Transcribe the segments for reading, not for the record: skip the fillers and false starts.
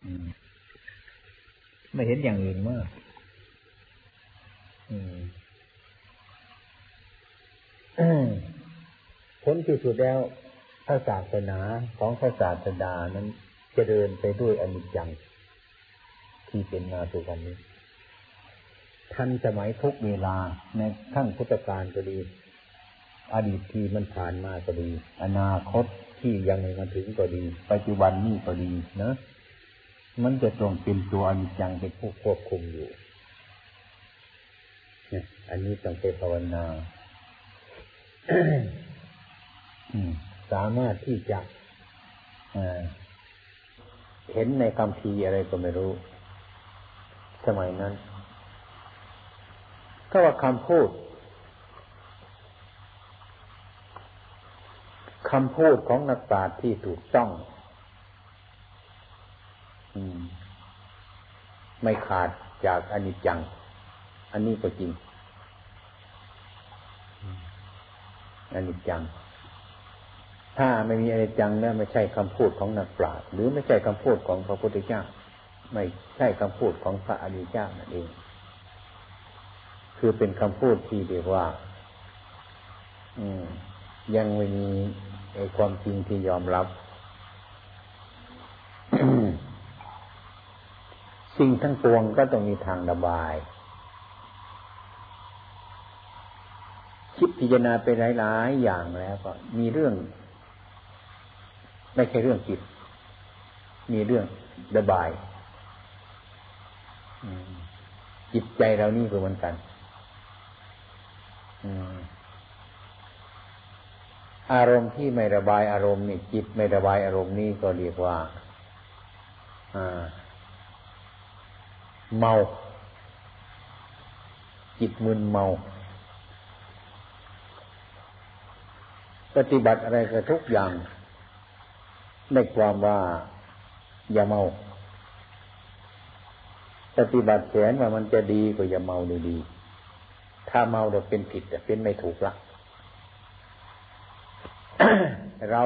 ไม่เห็นอย่างอื่นมากผลที่สุดแล้วพระศาสนาของพระศาสดานั้นเจริญไปด้วยอนิจจังที่เป็นมาทุกวันนี้ทันสมัยทุกเวลาในขั้งพุทธกาลก็ดีอดีตที่มันผ่านมาก็ดีอนาคตที่ยังไม่มาถึงก็ดีปัจจุบันนี้ก็ดีนะมันจะต้องเป็นตัวอนิจจังเป็นผู้ควบคุมอยู่เนี่ยอันนี้ต้องไปภาวนา สามารถที่จะเห็นในคัมภีร์อะไรก็ไม่รู้สมัยนั้นก็ว่าคำพูดของนักปราชญ์ที่ถูกต้องไม่ขาดจากอนิจจังอันนี้ก็จริงอนิจจังถ้าไม่มีอนิจจังแล้วไม่ใช่คำพูดของนักปราชญ์หรือไม่ใช่คำพูดของพระพุทธเจ้าไม่ใช่คำพูดของพระอริยเจ้านั่นเองคือเป็นคำพูดที่เรียกว่ายังไม่มีความจริงที่ยอมรับ สิ่งทั้งปวงก็ต้องมีทางระบายคิดพิจารณาไปหลายๆอย่างแล้วก็มีเรื่องไม่ใช่เรื่องจิตมีเรื่องระบายจิตใจเรานี่ก็เหมือนกันอารมณ์ที่ไม่ระบายอารมณ์นี่จิตไม่ระบายอารมณ์นี่ก็เรียกว่าเมาจิตมึนเมาปฏิบัติอะไรก็ทุกอย่างได้ความว่าอย่าเมาปฏิบัติแสนว่ามันจะดีก็อย่าเมาดีๆถ้าเมาเราเป็นผิดเป็นไม่ถูกละ เรา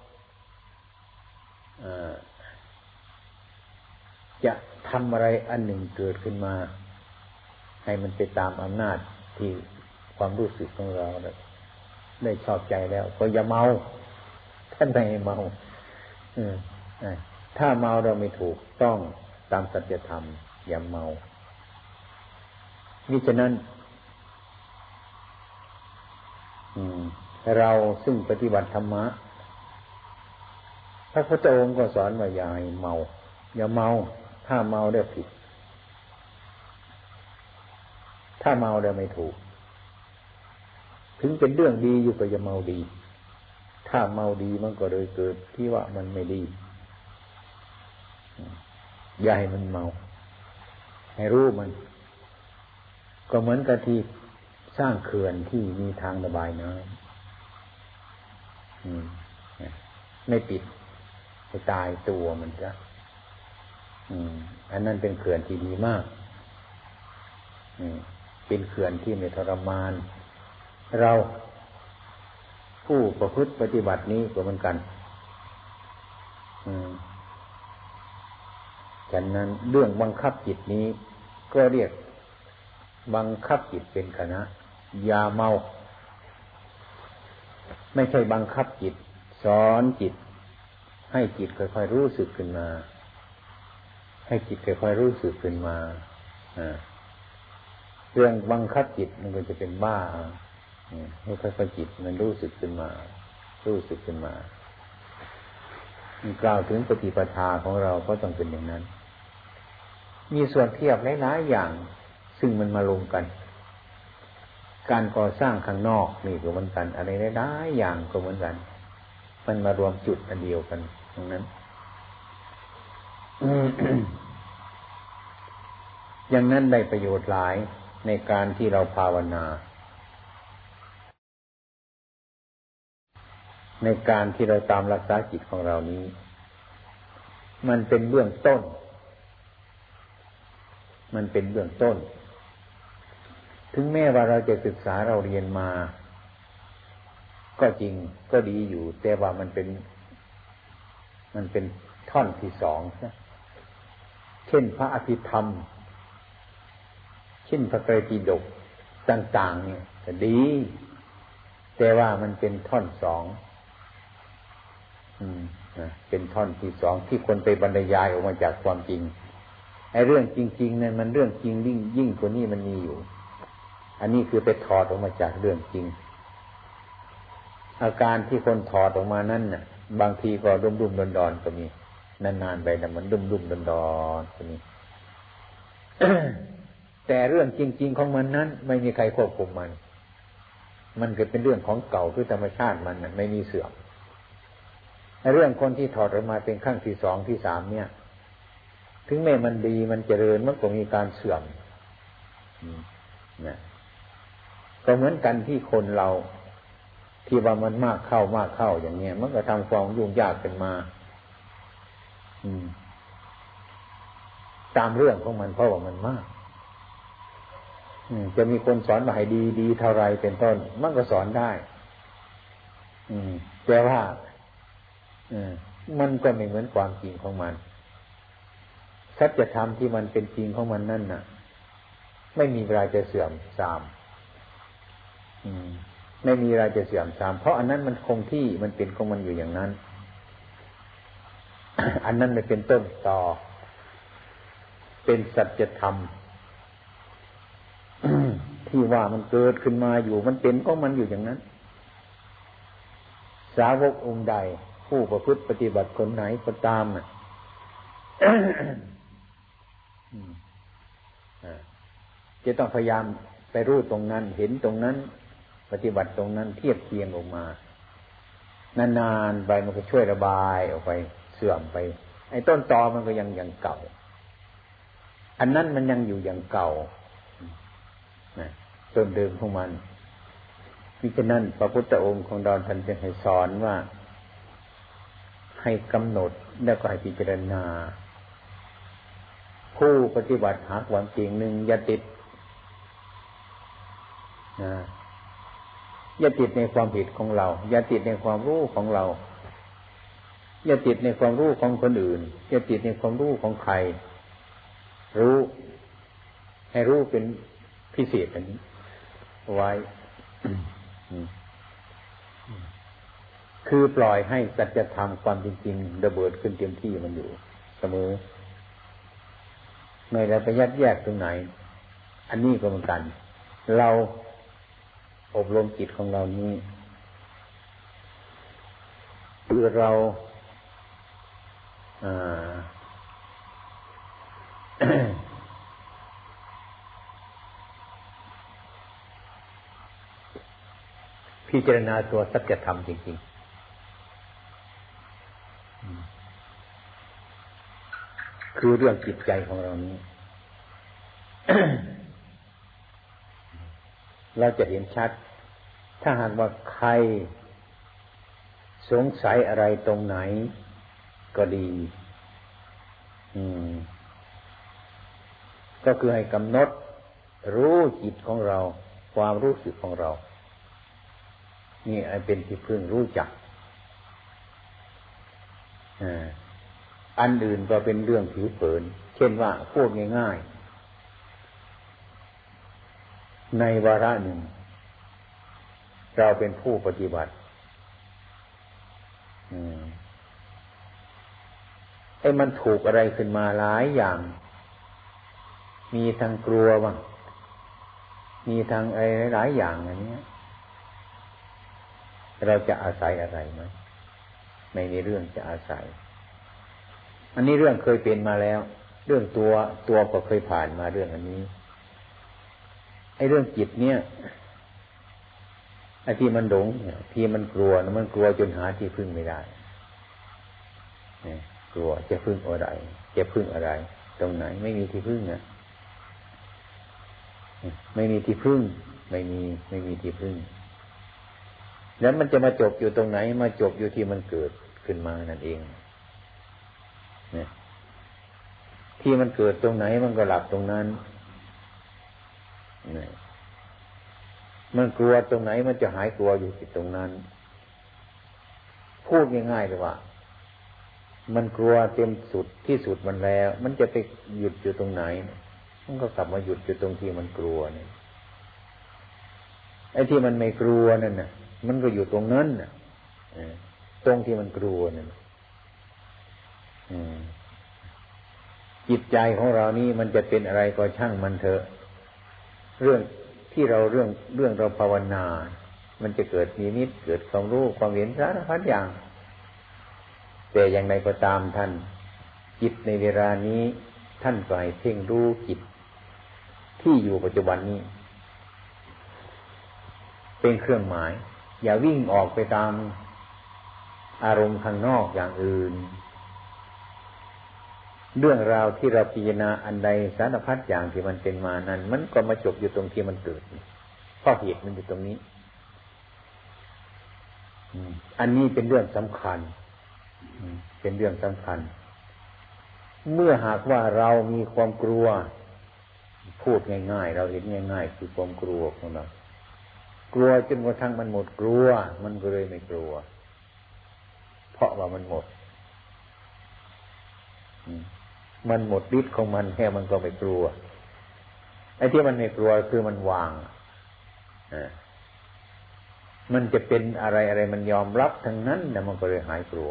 จะทำอะไรอันหนึ่งเกิดขึ้นมาให้มันไปตามอำนาจที่ความรู้สึกของเราได้ชอบใจแล้วก็อย่าเมาท่านไม่ให้เมาถ้าเมาเราไม่ถูกต้องตามสัจธรรมอย่าเมามิฉะนั้นเราซึ่งปฏิบัติธรรมะพระพุทธองค์ก็สอนว่าอย่าให้เมาอย่าเมาถ้าเมาได้ผิดถ้าเมาได้ไม่ถูกถึงเป็นเรื่องดีอยู่ก็อย่าเมาดีถ้าเมาดีมันก็เลยเกิดที่ว่ามันไม่ดีอย่าให้มันเมาให้รู้มันก็เหมือนกับที่สร้างเขื่อนที่มีทางระบายน้ำไม่ปิดให้ตายตัวมันซะอันนั้นเป็นเขื่อนที่ดีมากเป็นเขื่อนที่ไม่ทรมานเราผู้ประพฤติปฏิบัตินี้ก็เหมือนกันฉะนั้นเรื่องบังคับจิตนี้ก็เรียกบังคับจิตเป็นคณะอย่าเมาไม่ใช่บังคับจิตสอนจิตให้จิตค่อยๆรู้สึกขึ้นมาให้จิตค่อยๆรู้สึกขึ้นมาเรื่องบังคับจิตมันก็จะเป็นบ้าให้ค่อยๆจิตมันรู้สึกขึ้นมารู้สึกขึ้นมา กล่าวถึงปฏิปทาของเราก็ต้องเป็นอย่างนั้นมีส่วนเทียบหลายๆอย่างซึ่งมันมาลงกันการก่อสร้างข้างนอกนี่ก็เหมือนกันอะไรหลายๆอย่างก็เหมือนกันมันมารวมจุดอันเดียวกันตรงนั้น อย่างนั้นได้ประโยชน์หลายในการที่เราภาวนาในการที่เราตามรักษาจิตของเรานี้มันเป็นเบื้องต้นมันเป็นเบื้องต้นถึงแม้ว่าเราจะศึกษาเราเรียนมาก็จริงก็ดีอยู่แต่ว่ามันเป็นท่อนที่สองนะเช่นพระอภิธรรมเช่นพระไตรปิฎกต่างๆเนี่ยก็ดีแต่ว่ามันเป็นท่อนสองเป็นท่อนที่สองที่คนไปบรรยายออกมาจากความจริงไอ้เรื่องจริงๆเนี่ยมันเรื่องจริงยิ่งกว่านี้มันมีอยู่อันนี้คือไปถอดออกมาจากเรื่องจริงอาการที่คนถอดออกมานั้นน่ะบางทีก็ดุมๆดอนๆก็มีนานๆไปแต่มันดุมๆดอนๆก็มี แต่เรื่องจริงๆของมันนั้นไม่มีใครควบคุมมันก็เป็นเรื่องของเก่าคือธรรมชาติมันไม่มีเสื่อมเรื่องคนที่ถอดออกมาเป็นขั้นที่สองที่สามเนี่ยถึงแม้มันดีมันเจริญมันก็มีการเสื่อมนะก็เหมือนกันที่คนเราที่ว่ามันมากเข้าอย่างเนี้ยมันก็ทำความยุ่งยากขึ้นมาตามเรื่องของมันเพราะว่ามันมากจะมีคนสอนมาให้ดีเท่าไรเป็นต้นมันก็สอนได้แต่ว่ามันก็ไม่เหมือนความจริงของมันสัจธรรมที่มันเป็นจริงของมันนั่นน่ะไม่มีเวลาจะเสื่อมทรามไม่มีเวลาจะเสื่อมทรามเพราะอันนั้นมันคงที่มันเป็นของมันอยู่อย่างนั้น อันนั้นไม่เป็นต้นต่อเป็นสัจธรรม ที่ว่ามันเกิดขึ้นมาอยู่มันเป็นของมันอยู่อย่างนั้นสาวกองค์ใดผู้ประพฤติปฏิบัติคนไหนก็ตามจะต้องพยายามไปรู้ตรงนั้นเห็นตรงนั้นปฏิบัติตรงนั้นเทียบเคียงออกมานานๆไปมันก็ช่วยระบายออกไปเสื่อมไปไอ้ต้นตอมันก็ยังอย่างเก่าอันนั้นมันยังอยู่อย่างเก่าต้นเดิมของมันมิฉะนั้นพระพุทธองค์ของเราท่านจึงให้สอนว่าให้กำหนดแล้วก็ให้พิจารณาผู้ปฏิบัติหาความจริงหนึ่งอย่าติดอย่าติดในความผิดของเราอย่าติดในความรู้ของเราอย่าติดในความรู้ของคนอื่นอย่าติดในความรู้ของใครรู้ให้รู้เป็นพิเศษอันนี้ไว้ คือปล่อยให้สัจธรรมความจริงๆระเบิดขึ้นเต็มที่มันอยู่เสมอไม่ได้ไปยัดแยกตรงไหนอันนี้ก็เหมือนกันเราอบรมจิตของเรานี้คือเราพิจารณาตัวสัจธรรมจริงๆคือเรื่องจิตใจของเรานี้ เราจะเห็นชัดถ้าหากว่าใครสงสัยอะไรตรงไหนก็ดีก็คือให้กำหนดรู้จิตของเราความรู้สึกของเรานี่เป็นที่พึ่งรู้จักอันอื่นก็เป็นเรื่องผิวเผินเช่นว่าพูดง่ายๆในวาระหนึ่งเราเป็นผู้ปฏิบัติไอ้มันถูกอะไรขึ้นมาหลายอย่างมีทั้งกลัวบ้างมีทั้งอะไรหลายอย่างอันนี้เราจะอาศัยอะไรไหมไม่มีเรื่องจะอาศัยอันนี้เรื่องเคยเป็นมาแล้วเรื่องตัวก็เคยผ่านมาเรื่องอันนี้ไอ้เรื่องจิตเนี่ยไอ้ที่มันหลงที่มันกลัวมันกลัวจนหาที่พึ่งไม่ได้กลัวจะพึ่งอะไรจะพึ่งอะไรตรงไหนไม่มีที่พึ่งไม่มีที่พึ่งไม่มีที่พึ่งแล้วมันจะมาจบอยู่ตรงไหนมาจบอยู่ที่มันเกิดขึ้นมานั่นเองเนี่ยที่มันเกิดตรงไหนมันก็หลับตรงนั้นเนี่ยมันกลัวตรงไหนมันจะหายกลัวอยู่ที่ตรงนั้นพูดง่ายๆเลยว่ามันกลัวเต็มสุดที่สุดมันแล้วมันจะไปหยุดอยู่ตรงไหนมันก็กลับมาหยุดอยู่ตรงที่มันกลัวเนี่ยไอ้ที่มันไม่กลัวนั่นน่ะมันก็อยู่ตรงนั้นน่ะตรงที่มันกลัวนั่นจิตใจของเรานี่มันจะเป็นอะไรก็ช่างมันเถอะเรื่องที่เราเรื่องเราภาวนามันจะเกิดนิมิตเกิดความรู้ความเห็นสารพัดอย่างแต่อย่างไรก็ตามท่านจิตในเวลานี้ท่านก็ให้เพ่งรู้จิตที่อยู่ปัจจุบันนี้เป็นเครื่องหมายอย่าวิ่งออกไปตามอารมณ์ข้างนอกอย่างอื่นเรื่องราวที่เราพิจารณาอันใดสารพัดอย่างที่มันเป็นมานั้นมันก็มาจบอยู่ตรงที่มันเกิดเพราะเหตุมันอยู่ตรงนี้อันนี้เป็นเรื่องสำคัญเป็นเรื่องสำคัญเมื่อหากว่าเรามีความกลัวพูดง่ายๆเราเห็นง่ายๆคือความกลัวของเรากลัวจนกระทั่งมันหมดกลัวมันก็เลยไม่กลัวเพราะว่ามันหมดฤทธิ์ของมันแค่มันก็ไม่กลัวไอ้ที่มันไม่กลัวคือมันวางมันจะเป็นอะไรมันยอมรับทั้งนั้นนะมันก็เลยหายกลัว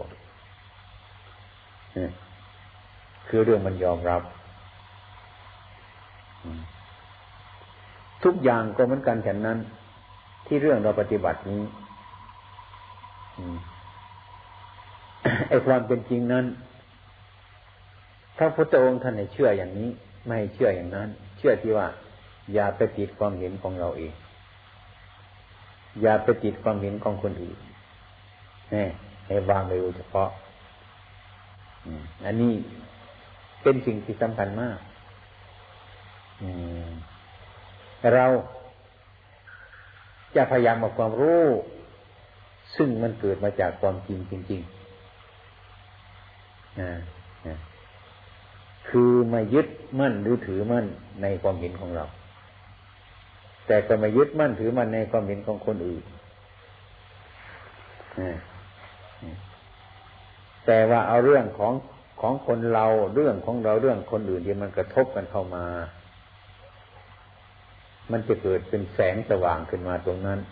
คือเรื่องมันยอมรับทุกอย่างก็เหมือนกันฉะนั้นที่เรื่องเราปฏิบัตินี้ไอ้ความเป็นจริงนั้นพระพุทธองค์ท่านให้เชื่ออย่างนี้ไม่ให้เชื่ออย่างนั้นเชื่อที่ว่าอย่าไปติดความเห็นของเราเองอย่าไปติดความเห็นของคนอื่นให้วางไว้โดยเฉพาะอันนี้เป็นสิ่งที่สำคัญมากเราจะพยายามเอาความรู้ซึ่งมันเกิดมาจากความจริงจริงๆคือมายึดมั่นหรือถือมั่นในความเห็นของเราแต่ก็มายึดมั่นถือมั่นในความเห็นของคนอื่นแต่ว่าเอาเรื่องของคนเราเรื่องของเราเรื่องคนอื่นที่มันกระทบกันเข้ามามันจะเกิดเป็นแสงสว่างขึ้นมาตรงนั้น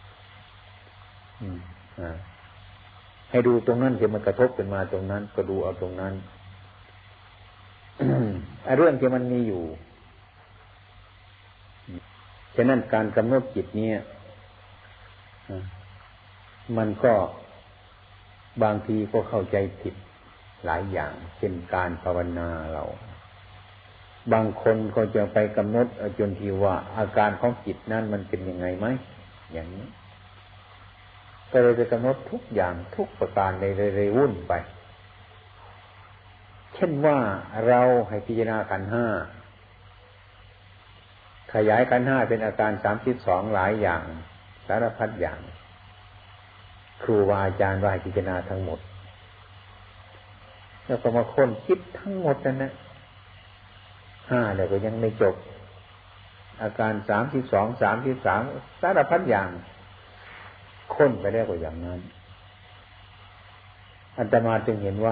ให้ดูตรงนั้นที่มันกระทบขึ้นมาตรงนั้นก็ดูเอาตรงนั้น เรื่องที่มันมีอยู่ฉะนั้นการกำหนดจิตนี้มันก็บางทีก็เข้าใจผิดหลายอย่างเช่นการภาวนาเราบางคนก็จะไปกำหนดจนที่ว่าอาการของจิตนั้นมันเป็นยังไงไหมอย่างนี้ก็เลยไปกำหนดทุกอย่างทุกประการเลยวุ่นไปเช่นว่าเราให้พิจารณาขันธ์ห้าขยายขันธ์ห้าเป็นอาการ32หลายอย่างสารพัดอย่างครูบาอาจารย์ว่าให้พิจารณาทั้งหมดแล้วก็มาค้นคิดทั้งหมดนั่นนะ5แล้วก็ยังไม่จบอาการ32 33สารพัดอย่างค้นไปได้กว่าอย่างนั้นอาตมาจึงเห็นว่า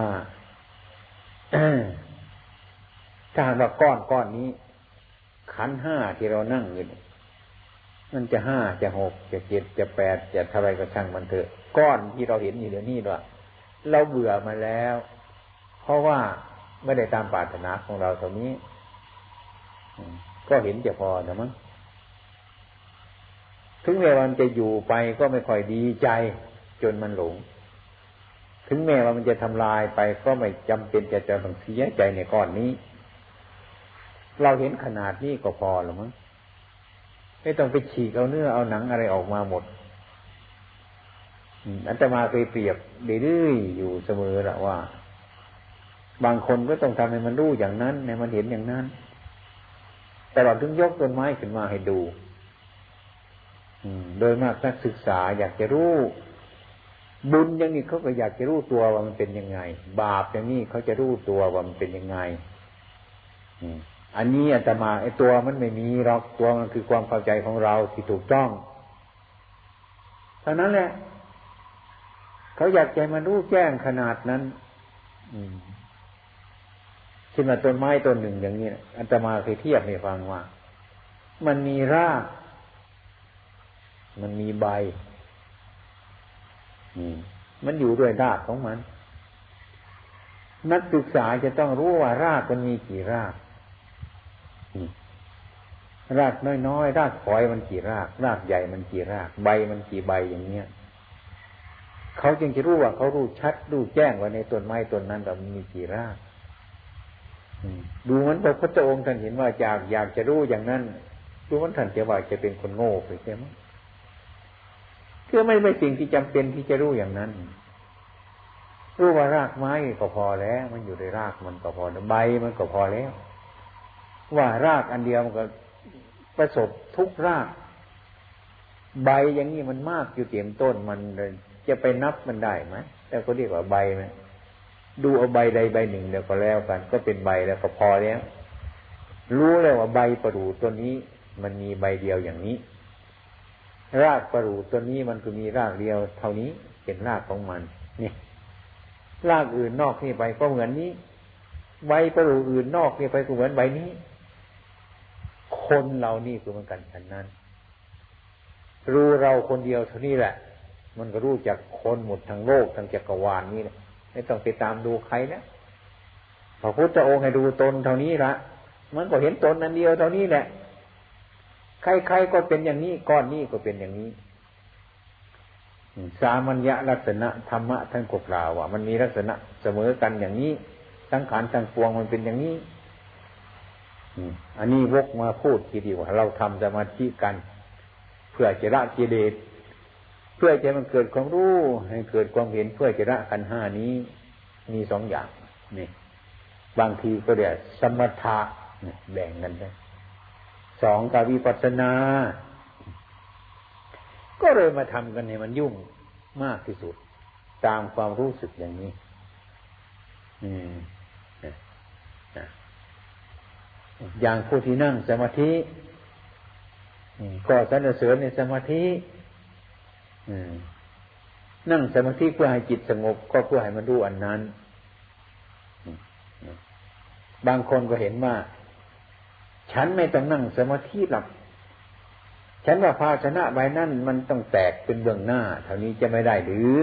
ถ้าว่าก้อนนี้ขันธ์5ที่เรานั่งอยู่มันจะ5จะ6จะ7จะ8จะเท่าไรก็ช่างมันเถอะก้อนที่เราเห็นอยู่เดี๋ยวนี้ด้วยเราเบื่อมาแล้วเพราะว่าไม่ได้ตามปรารถนาของเราตรงนี้ก็เห็นจะพอนะมั้งถึงแม้ว่ามันจะอยู่ไปก็ไม่ค่อยดีใจจนมันหลงถึงแม้ว่ามันจะทำลายไปก็ไม่จำเป็นจะต้องเสียใจในก้อนนี้เราเห็นขนาดนี้ก็พอแล้วมั้งไม่ต้องไปฉีกเอาเนื้อเอาหนังอะไรออกมาหมดอาตมาเคยเปรียบเรื่อยๆอยู่เสมอละว่าบางคนก็ต้องทำให้มันรู้อย่างนั้นให้มันเห็นอย่างนั้นแต่เราถึงยกต้นไม้ขึ้นมาให้ดูโดยมากนักศึกษาอยากจะรู้บุญอย่างนี้เขาก็อยากจะรู้ตัวว่ามันเป็นยังไงบาปอย่างนี้เขาจะรู้ตัวว่ามันเป็นยังไงอันนี้อาตมาไอ้ตัวมันไม่มีหรอกตัวมันคือความเข้าใจของเราที่ถูกต้องเท่านั้นแหละเขาอยากจะมารู้แจ้งขนาดนั้นขึ้นมาต้นไม้ต้นหนึ่งอย่างนี้อาตมาเคยเทียบให้ฟังว่ามันมีรากมันมีใบมันอยู่ด้วยรากของมันนักศึกษาจะต้องรู้ว่ารากมันมีกี่รากรากน้อยๆรากฝอยมันกี่รากรากใหญ่มันกี่รากใบมันกี่ใบอย่างเนี้ยเขาจึงจะรู้ว่าเขารู้ชัดรู้แจ้งว่าในต้นไม้ต้นนั้นมันมีกี่รากดูมันพระพุทธองค์ท่านเห็นว่าอยากจะรู้อย่างนั้นดูมันท่านจะว่าจะเป็นคนโง่ไปใช่ไหมคือไม่สิ่งที่จำเป็นที่จะรู้อย่างนั้นรู้ว่ารากไม้ก็พอแล้วมันอยู่ในรากมันก็พอใบมันก็พอแล้วว่ารากอันเดียวมันก็ประสบทุกรากใบอย่างนี้มันมากอยู่เต็มต้นมันจะไปนับมันได้ไหมแต่ก็เรียกว่าใบมันดูเอาใบใดใบหนึ่งเดียวก็แล้วกันก็เป็นใบแล้วก็พอแล้วรู้แล้วว่าใบประดู่ตัวนี้มันมีใบเดียวอย่างนี้รากประดู่ตัวนี้มันก็มีรากเดียวเท่านี้เป็นรากของมันนี่รากอื่นนอกนี่ไปก็เหมือนนี้ใบประดู่อื่นนอกนี่ไปก็เหมือนใบนี้คนเรานี่คือเหมือนกันฉันนั้นรู้เราคนเดียวเท่านี้แหละมันก็รู้จักคนหมดทั้งโลกทั้งจักรวาลนี่แหละไม่ต้องไปตามดูใครนะพระพุทธองค์ให้ดูตนเท่านี้ละมันก็เห็นตนนั้นเดียวเท่านี้แหละใครๆก็เป็นอย่างนี้ก้อนนี้ก็เป็นอย่างนี้สามัญญลักษณะธรรมะท่านก็กล่าวว่ามันมีลักษณะเสมอกันอย่างนี้สังขารทั้งปวงมันเป็นอย่างนี้อันนี้วกมาพูดทีเดียวว่าเราทำสมาธิกันเพื่อจะละกิเลสเพื่อจะมันเกิดความรู้ให้เกิดความเห็นเพื่อจะละขันธ์ห้านี้มีสองอย่างนี่บางทีก็เรียกสมถะแบ่งกันได้สองกับวิปัสสนาก็เลยมาทำกันให้มันยุ่งมากที่สุดตามความรู้สึกอย่างนี้อย่างผู้ที่นั่งสมาธิก็สรรเสริญในสมาธินั่งสมาธิเพื่อให้จิตสงบก็เพื่อให้มันรู้อันนั้นบางคนก็เห็นว่าฉันไม่ต้องนั่งสมาธิหรอกฉันว่าภาชนะใบนั้นมันต้องแตกเป็นเบื้องหน้าเท่านี้จะไม่ได้หรือ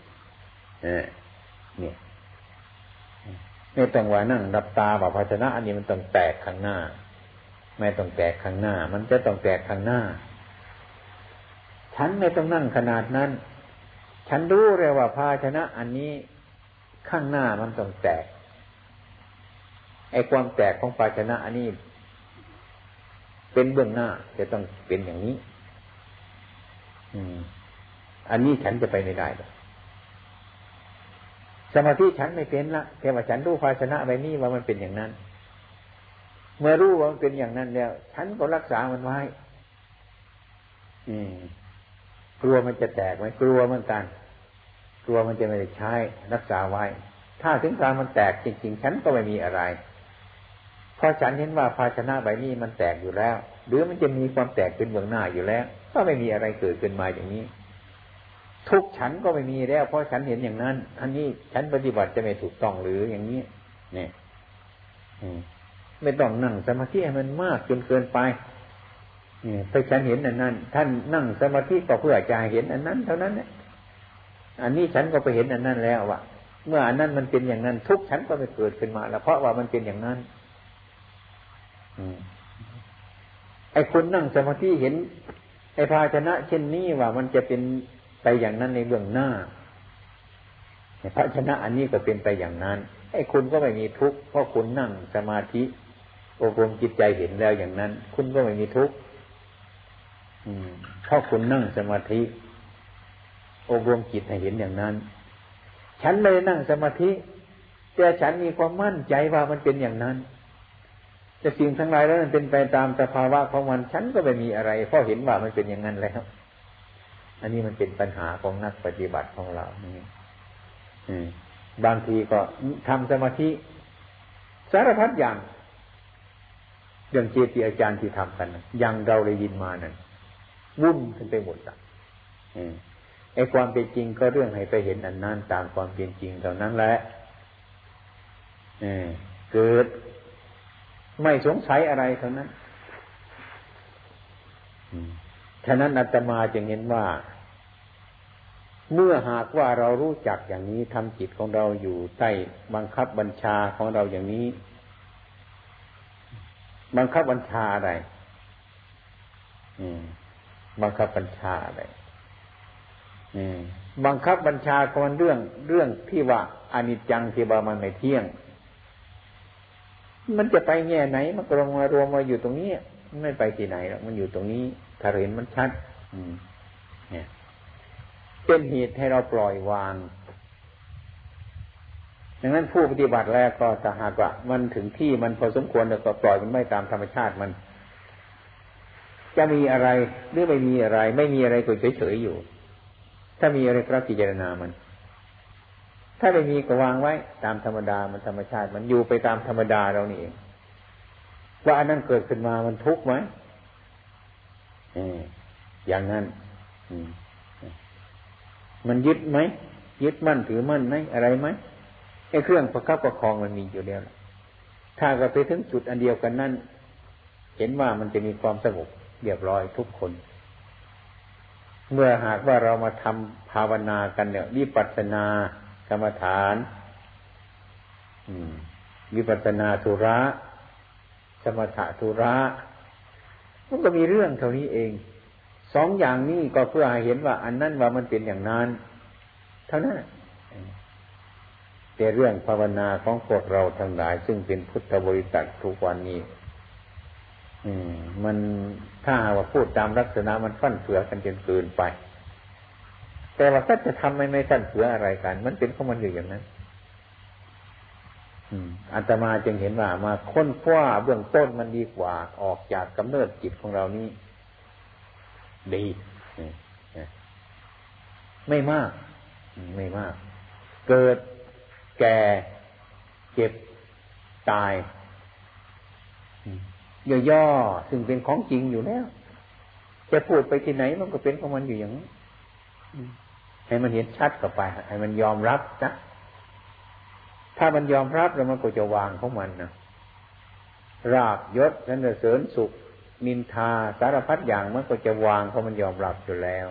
เนี่ยไม่ต้องว่านั่งรับตาว่าภาชนะอันนี้มันต้องแตกข้างหน้าไม่ต้องแตกข้างหน้ามันจะต้องแตกข้างหน้าฉันไม่ต้องนั่งขนาดนั้นฉันรู้เลยว่าภาชนะอันนี้ข้างหน้ามันต้องแตกไอ้ความแตกของภาชนะอันนี้เป็นเบื้องหน้าจะต้องเป็นอย่างนี้อันนี้ฉันจะไปไม่ได้หรอกสมาธิฉันไม่เป็นละแต่ว่าฉันรู้ภาชนะใบนี้ว่ามันเป็นอย่างนั้นเมื่อรู้ว่ามันเป็นอย่างนั้นแล้วฉันก็รักษามันไว้กลัวมันจะแตกไหมกลัวเหมือนกันกลัวมันจะไม่ได้ใช้รักษาไว้ถ้าถึงคราวมันแตกจริงๆฉันก็ไม่มีอะไรเพราะฉันเห็นว่าภาชนะใบนี้มันแตกอยู่แล้วหรือมันจะมีความแตกเป็นเบื้องหน้าอยู่แล้วก็ไม่มีอะไรเกิดขึ้นมาอย่างนี้ทุกฉันก็ไม่มีแล้วเพราะฉันเห็นอย่างนั้นอันนี้ฉันปฏิบัติจะไม่ถูกต้องหรืออย่างนี้เนี่ยไม่ต้องนั่งสมาธิให้มันมากจนเกินไปถ้าฉันเห็นอันนั้นท่านนั่งสมาธิก็เพื่อจะเห็นอันนั้นเท่านั้นเนี่ยอันนี้ฉันก็ไปเห็นอันนั้นแล้วว่าเมื่ออันนั้นมันเป็นอย่างนั้นทุกฉันก็ไม่เกิดขึ้นมาแล้วเพราะว่ามันเป็นอย่างนั้นไอ้คนนั่งสมาธิเห็นไอ้ภาชนะเช่นนี้ว่ามันจะเป็นไปอย่างนั้นในเบื้องหน้าภาชนะอันนี้ก็เป็นไปอย่างนั้นไอ้คุณก็ไม่มีทุกข์เพราะคุณนั่งสมาธิอบรมจิตใจเห็นแล้วอย่างนั้นคุณก็ไม่มีทุกข์เพราะคุณนั่งสมาธิอบรมจิตให้เห็นอย่างนั้นฉันเลยนั่งสมาธิแต่ฉันมีความมั่นใจว่ามันเป็นอย่างนั้นแต่สิ่งทั้งหลายแล้วมันเป็นไปตามสภาวะของมันฉันก็ไม่มีอะไรเพราะเห็นว่ามันเป็นอย่างนั้นแล้วอันนี้มันเป็นปัญหาของนักปฏิบัติของเราบางทีก็ทำสมาธิสารพัดอย่างเรื่องเจติอาจารย์ที่ทำกันอย่างเราได้ยินมานั่นวุ่นขึ้นไปหมดอ่ะไอ้ความเป็นจริงก็เรื่องให้ไปเห็นอันนั้นตามความเป็นจริงเท่านั้นแหละเกิดไม่สงสัยอะไรเท่านั้นฉะนั้นอาตมาจึงเห็นว่าเมื่อหากว่าเรารู้จักอย่างนี้ทำจิตของเราอยู่ใต้บังคับบัญชาของเราอย่างนี้บังคับบัญชาอะไรบังคับบัญชาอะไรบังคับบัญชาของมันเรื่องที่ว่าอนิจจังที่ว่ามันไม่เที่ยงมันจะไปแง่ไหนมันก็รวมมาอยู่ตรงนี้ไม่ไปที่ไหนหรอกมันอยู่ตรงนี้ถ้าเห็นมันชัดเนี่ยเป็นเหตุให้เราปล่อยวางดังนั้นผู้ปฏิบัติแล้วก็ถ้าหากว่ามันถึงที่มันพอสมควรแล้วก็ปล่อยมันไม่ตามธรรมชาติมันจะมีอะไรหรือไม่มีอะไรไม่มีอะไรก็เฉยๆอยู่ถ้ามีอะไรก็พิจารณามันถ้าไม่มีก็วางไว้ตามธรรมดามันธรรมชาติมันอยู่ไปตามธรรมดาเรานี่เองว่าอันนั้นเกิดขึ้นมามันทุกข์ไหมอย่างนั้นมันยึดไหมยึดมั่นถือมั่นไหมอะไรไหมไอ้เครื่องประคับประคองมันมีอยู่แล้วถ้าก็ไปถึงจุดอันเดียวกันนั้นเห็นว่ามันจะมีความสงบเรียบร้อยทุกคนเมื่อหากว่าเรามาทำภาวนากันเนี่ยวิปัสสนากรรมฐานวิปัสสนาธุระสมถะธุระมันก็มีเรื่องเท่านี้เองสองอย่างนี้ก็เพื่อให้เห็นว่าอันนั้นว่ามันเป็นอย่างนั้นเท่านั้นแต่เรื่องภาวนาของพวกเราทั้งหลายซึ่งเป็นพุทธบริษัททุกวันนี้มันถ้าว่าพูดตามลักษณะมันฟั่นเฟือกันจนเกินไปแต่ว่าก็จะทำไม่ฟั่นเฟืออะไรกันมันเป็นของมันอยู่อย่างนั้นอาตมาจึงเห็นว่ามาค้นคว้าเบื้องต้นมันดีกว่าออกจากกำเนิดจิตของเรานี้ดีไม่มากเกิดแก่เจ็บตายย่อๆซึ่งเป็นของจริงอยู่แล้วจะพูดไปที่ไหนมันก็เป็นของมันอยู่อย่างนี้ให้มันเห็นชัดเข้าไปให้มันยอมรับนะถ้ามันยอมรับแล้วมันก็จะวางของมันนะราบยศสรรเสริญสุขนินทาสารพัดอย่างมันก็จะวางเพราะมันยอมรับอยู่แล้ว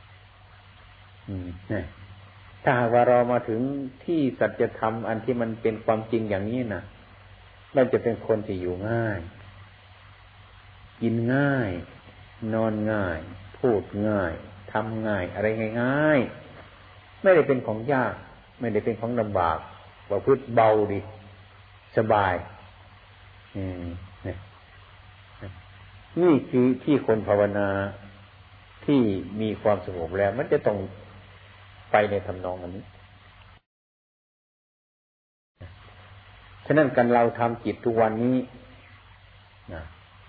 ถ้าหากว่าเรามาถึงที่สัจธรรมอันที่มันเป็นความจริงอย่างนี้นะเราจะเป็นคนที่อยู่ง่ายกินง่ายนอนง่ายพูดง่ายทำง่ายอะไรง่ายๆไม่ได้เป็นของยากไม่ได้เป็นของลำบากประพฤติเบาดีสบายนี่คือที่คนภาวนาที่มีความสงบแล้วมันจะต้องไปในทำนองอันนี้ฉะนั้นการเราทำจิตทุกวันนี้นะ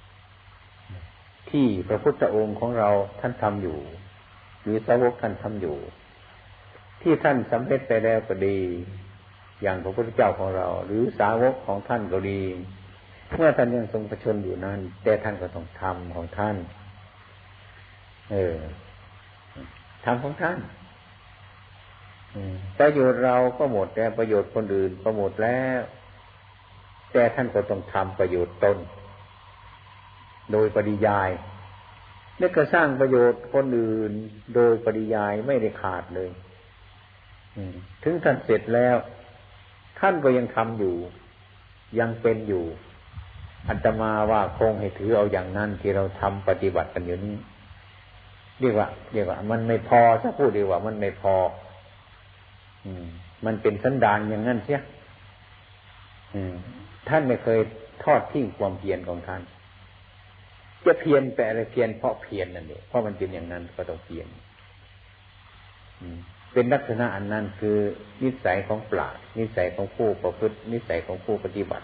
ที่พระพุทธองค์ของเราท่านทำอยู่หรือสาวกท่านทำอยู่ที่ท่านสำเร็จไปแล้วก็ดีอย่างพระพุทธเจ้าของเราหรือสาวกของท่านก็ดีเมื่อท่านยังทรงประชนอยู่นั้นแต่ท่านก็ต้องทำของท่านทำของท่านประโยชน์เราก็หมดแล้วประโยชน์คนอื่นก็หมดแล้วแต่ท่านก็ต้องทำประโยชน์ตนโดยปริยายและก็สร้างประโยชน์คนอื่นโดยปริยายไม่ได้ขาดเลยถึงท่านเสร็จแล้วท่านก็ยังทำอยู่ยังเป็นอยู่อาตมาว่าคงให้ถือเอาอย่างนั้นที่เราทำปฏิบัติกันอยู่นี้เรียกว่ามันไม่พอถ้าพูดดีว่ามันไม่พอมันเป็นสันดานอย่างนั้นเสียท่านไม่เคยทอดทิ้งความเพียรของท่านจะเพียรแต่อะไรเพียรเพราะเพียรนั่นเองเพราะมันเป็นอย่างนั้นก็ต้องเพียรเป็นลักษณะอันนั้นคือนิสัยของปราชญ์นิสัยของผู้ประพฤตินิสัยของผู้ปฏิบัติ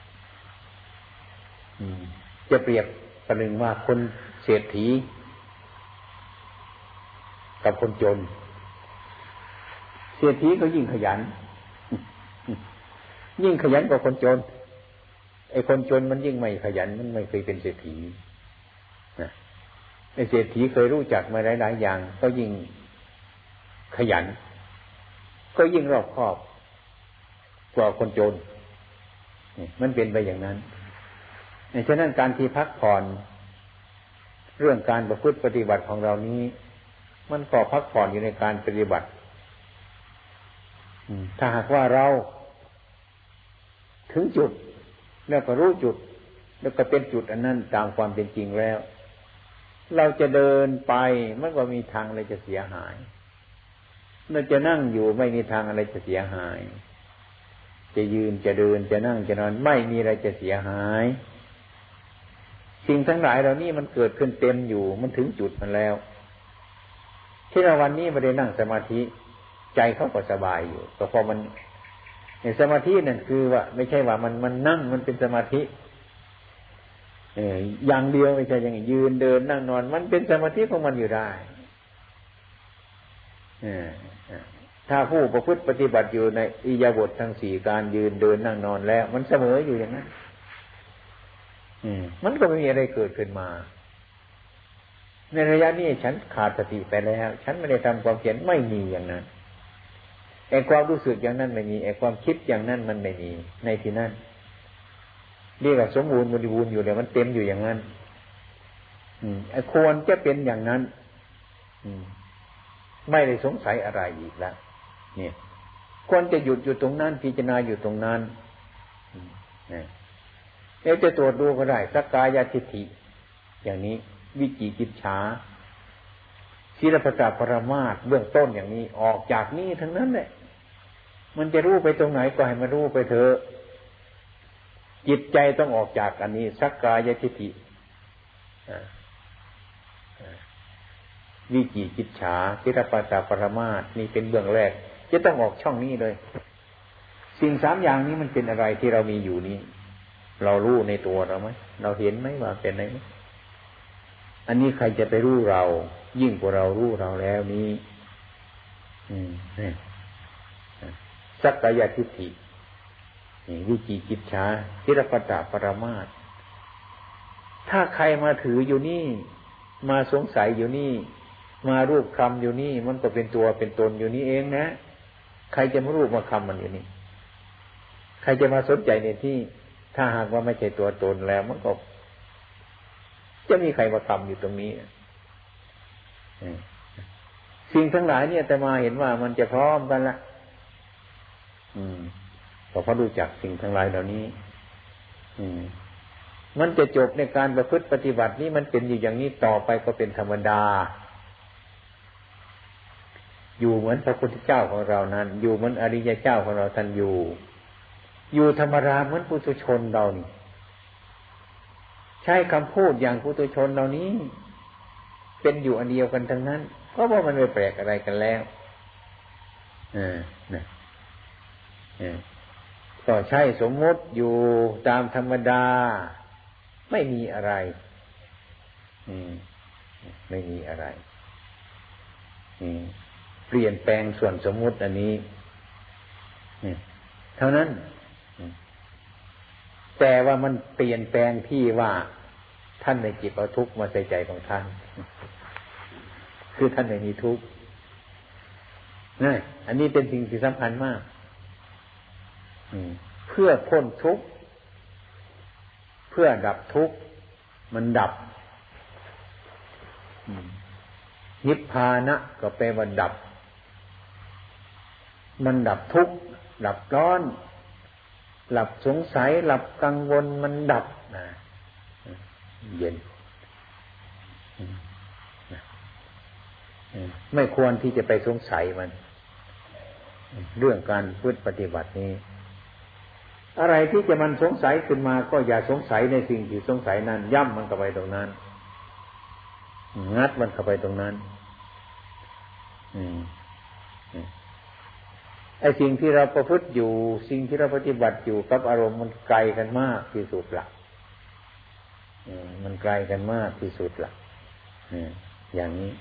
จะเปรียบประหนึ่งว่าคนเศรษฐีกับคนจนเศรษฐีก็ยิ่งขยันกว่าคนจนไอ้คนจนมันยิ่งไม่ขยันมันไม่เคยเป็นเศรษฐีไอ้เศรษฐีเคยรู้จักมาหลายๆอย่างก็ยิ่งขยันก็ยิ่งรอบคอบกว่าคนจนมันเป็นไปอย่างนั้นฉะนั้นการที่พักผ่อนเรื่องการประพฤติปฏิบัติของเรานี้มันก็พักผ่อนอยู่ในการปฏิบัติถ้าหากว่าเราถึงจุดแล้วก็รู้จุดแล้วก็เป็นจุดอันนั้นตามความเป็นจริงแล้วเราจะเดินไปมันก็มีทางอะไรจะเสียหายเราจะนั่งอยู่ไม่มีทางอะไรจะเสียหายจะยืนจะเดินจะนั่งจะนอนไม่มีอะไรจะเสียหายสิ่งทั้งหลายเหล่านี้มันเกิดขึ้นเต็มอยู่มันถึงจุดมันแล้วที่เราวันนี้ไม่ได้นั่งสมาธิใจเขาก็สบายอยู่แต่พอมันในสมาธินั่นคือว่าไม่ใช่ว่ามันนั่งมันเป็นสมาธิอย่างเดียวไม่ใช่อย่างยืนเดินนั่งนอนมันเป็นสมาธิของมันอยู่ได้ถ้าผู้ประพฤติปฏิบัติอยู่ในอิริยาบถทั้งสี่การยืนเดินนั่งนอนแล้วมันเสมออยู่อย่างนั้นมันก็ไม่มีอะไรเกิดขึ้นมาในระยะนี้ฉันขาดสติไปแล้วฉันไม่ได้ทำความเพียรไม่มีอย่างนั้นไอ้ความรู้สึกอย่างนั้นไม่มีไอ้ความคิดอย่างนั้นมันไม่มีในที่นั้นเรียกว่าสมบูรณ์บริบูรณ์อยู่เลยมันเต็มอยู่อย่างนั้นไอ้ควรจะเป็นอย่างนั้นไม่ได้สงสัยอะไรอีกแล้วเนี่ยควรจะหยุดอยู่ตรงนั้นพิจารณาอยู่ตรงนั้นแล้วจะตรวจดูก็ได้สักกายทิฏฐิอย่างนี้วิจิกิจฉาศีลปปรามาสเบื้องต้นอย่างนี้ออกจากนี้ทั้งนั้นแหละมันจะรู้ไปตรงไหนก็ให้มันรู้ไปเถอะจิตใจต้องออกจากอันนี้สักกายทิฏฐิวิจิกิจฉาศีลปปรามาสนี่เป็นเบื้องแรกจะต้องออกช่องนี้เลยสิ่งสามอย่างนี้มันเป็นอะไรที่เรามีอยู่นี้เรารู้ในตัวเราไหมเราเห็นไหมว่าเป็นไหนอันนี้ใครจะไปรู้เรายิ่งกว่าเรารู้เราแล้วนี้สักกายทิฏฐิวิจิกิจฉาศีลปปรามาสถ้าใครมาถืออยู่นี่มาสงสัยอยู่นี่มารูปคำอยู่นี่มันก็เป็นตัวเป็นตนอยู่นี่เองนะใครจะมารูปมาคำมันอยู่นี่ใครจะมาสนใจในที่ถ้าหากว่าไม่ใช่ตัวตนแล้วมันก็จะมีใครมาทำอยู่ตรงนี้สิ่งทั้งหลายเนี่ยแต่มาเห็นว่ามันจะพร้อมกันละก็เพราะรู้จักสิ่งทั้งหลายเหล่านี้มันจะจบในการประพฤติปฏิบัตินี้มันเป็นอยู่อย่างนี้ต่อไปก็เป็นธรรมดาอยู่เหมือนพระพุทธเจ้าของเรานั้นอยู่เหมือนอริยเจ้าของเราท่านอยู่ธรรมดาเหมือนปุถุชนเรานี่ใช้คำพูดอย่างปุถุชนเหล่านี้เป็นอยู่อันเดียวกันทั้งนั้นเพราะว่ามันไม่แปลกอะไรกันแล้วก็ใช้สมมติอยู่ตามธรรมดาไม่มีอะไรไม่มีอะไรเปลี่ยนแปลงส่วนสมมติอันนี้เท่านั้นแต่ว่ามันเปลี่ยนแปลงที่ว่าท่านในจิตเอาทุกข์มาใส่ใจของท่านคือท่านไม่มีทุกข์นี่อันนี้เป็นสิ่งที่สำคัญมากเพื่อพ้นทุกข์เพื่อดับทุกข์มันดับนิพพานะก็แปลว่าดับมันดับทุกข์ดับร้อนดับสงสัยดับกังวลมันดับเย็นไม่ควรที่จะไปสงสัยมันเรื่องการพฤติปฏิบัตินี้อะไรที่จะมันสงสัยขึ้นมาก็อย่าสงสัยในสิ่งที่สงสัยนั้นย่ำมันเข้าไปตรงนั้นงัดมันเข้าไปตรงนั้นไอ้สิ่งที่เราประพฤติอยู่สิ่งที่เราปฏิบัติอยู่กับอารมณ์มันไกลกันมากที่สุดละมันไกลกันมากที่สุดละอย่างนี้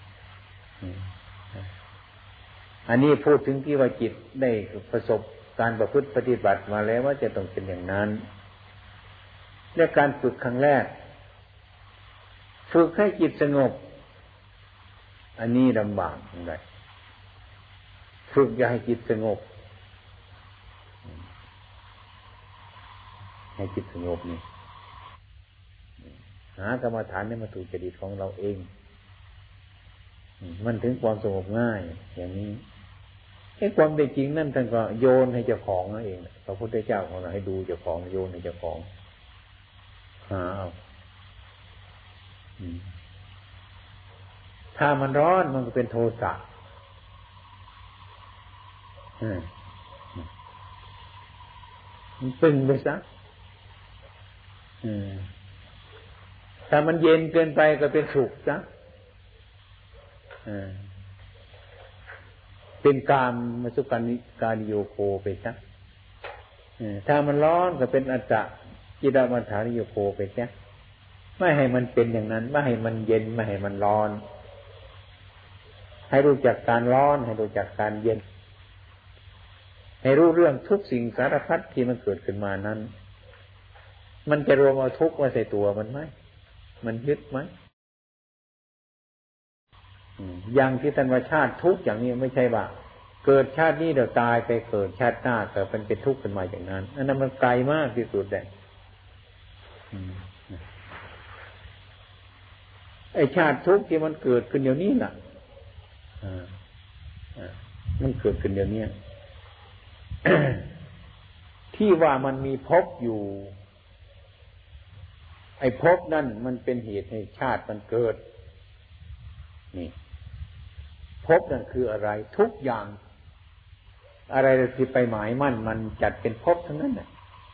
อันนี้พูดถึงที่ว่าจิตได้ประสบการประพฤติปฏิบัติมาแล้วว่าจะต้องเป็นอย่างนั้นและการฝึกครั้งแรกฝึกให้จิตสงบอันนี้ลำบากอย่างไรฝึกอย่าให้จิตสงบให้จิตสงบนี่หากรรมฐานนี่มาถูกจริตของเราเองมันถึงความสงบง่ายอย่างนี้ไอ้ความเป็นจริงนั่นท่านก็โยนให้เจ้าของนั่นเองพระพุทธเจ้าของเราให้ดูเจ้าของโยนให้เจ้าของหาเอาถ้ามันร้อนมันก็เป็นโทสะมันปึงไปซะถ้ามันเย็นเกินไปก็เป็นสุขซะเป็นกามมาสุการนิโยโคไปซะถ้ามันร้อนก็เป็นอัตตะจิตมัฏฐานิโยโคไปซะไม่ให้มันเป็นอย่างนั้นไม่ให้มันเย็นไม่ให้มันร้อนให้รู้จักการร้อนให้รู้จักการเย็นให้รู้เรื่องทุกสิ่งสารพัดที่มันเกิดขึ้นมานั้นมันจะรวมเอาทุกข์มาใส่ตัวมันไหมมันยึดไหมอย่างที่ท่านว่าชาติทุกข์อย่างนี้ไม่ใช่ว่าเกิดชาตินี้เดี๋ยวตายไปเกิดชาติหน้าเกิดเป็นทุกข์ขึ้นมาอย่างนั้นอันนั้นมันไกลมากที่สุดเลยไอ้ชาติทุกข์ที่มันเกิดขึ้นเดี๋ยวนี้น่ะมันเกิดขึ้นเดี๋ยวนี้ ที่ว่ามันมีภพอยู่ไอ้ภพนั่นมันเป็นเหตุให้ชาติมันเกิดนี่ภพนั่นคืออะไรทุกอย่างอะไรที่ไปหมายมั่นมันจัดเป็นภพทั้งนั้นน่ะ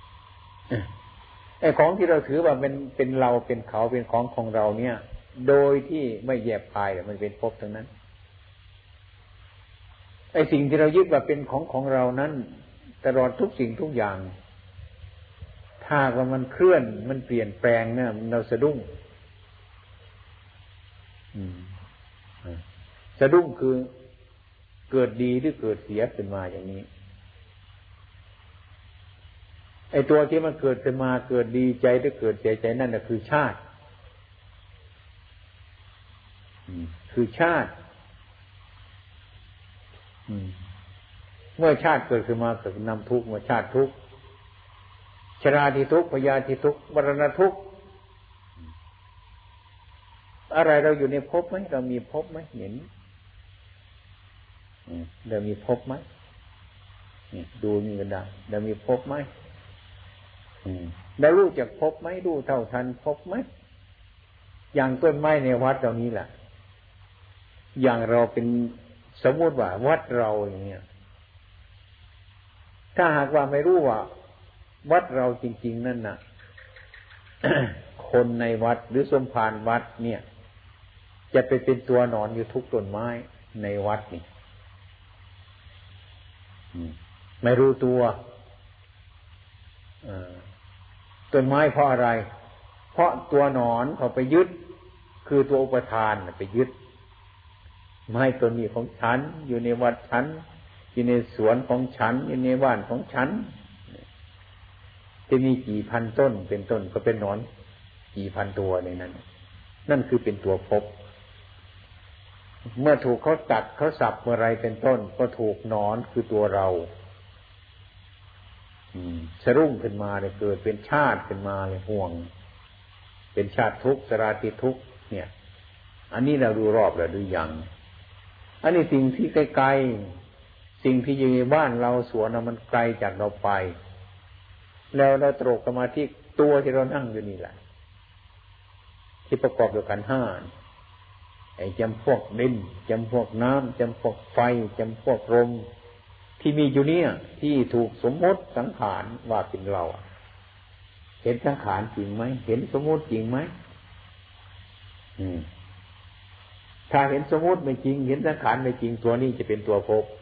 ไอ้ของที่เราถือว่าเป็นเราเป็นเขาเป็นของเราเนี่ยโดยที่ไม่แยบคายมันเป็นภพทั้งนั้นไอ้สิ่งที่เรายึดว่าเป็นของเรานั้นตลอดทุกสิ่งทุกอย่างถ้าว่ามันเคลื่อนมันเปลี่ยนแปลงเนี่ยเราสะดุ้งสะดุ้งคือเกิดดีหรือเกิดเสียขึ้นมาอย่างนี้ไอ้ตัวที่มันเกิดขึ้นมาเกิดดีใจหรือเกิดเสียใจนั่นน่ะคือชาติคือชาติเมื่อชาติเกิดขึ้นมาเกิดนำทุกข์มาชาติทุกข์ชราที่ทุกข์พยาธิทุกข์มรณะทุกข์อะไรเราอยู่ในภพไหมเรามีภพไหมเห็นเรามีภพไหมดูนี่ก็ได้เรามีภพไหมเรารู้จักภพไหมรู้เท่าทันภพไหมอย่างต้นไม้ในวัดเรานี้แหละอย่างเราเป็นสมมติว่าวัดเราอย่างเงี้ยถ้าหากว่าไม่รู้ว่าวัดเราจริงๆนั่นน่ะ คนในวัดหรือสมภารวัดเนี่ยจะไปเป็นตัวหนอนอยู่ทุกต้นไม้ในวัดนี่ไม่รู้ตัวต้นไม้เพราะอะไรเพราะตัวหนอนเขาไปยึดคือตัวอุปทานไปยึดไม้ต้นนี้ของฉันอยู่ในวัดฉันอยู่ในสวนของฉันอยู่ในบ้านของฉันจะมีกี่พันต้นเป็นต้นก็เป็นหนอนกี่พันตัวในนั้นนั่นคือเป็นตัวภพเมื่อถูกเขาตัดเขาสับเมื่อไรเป็นต้นก็ถูกหนอนคือตัวเราสรุ่งขึ้นมาเลยเกิดเป็นชาติขึ้นมาเลยห่วงเป็นชาติทุกข์สราติทุกข์เนี่ยอันนี้เราดูรอบแล้วดูยังอันนี้สิ่งที่ไกลๆสิ่งที่อยู่ในบ้านเราสวนมันไกลจากเราไปแล้วเราตรกมาที่ตัวที่เรานั่งอยู่นี่แหละที่ประกอบด้วยกันห้าไอ้จำพวกดินจำพวกน้ำจำพวกไฟจำพวกลมที่มีอยู่เนี่ยที่ถูกสมมติสังขารว่าเป็นเราเห็นสังขารจริงไหมเห็นสมมติจริงไหมถ้าเห็นสมมติไม่จริงเห็นสังขารไม่จริงตัวนี้จะเป็นตัวภพ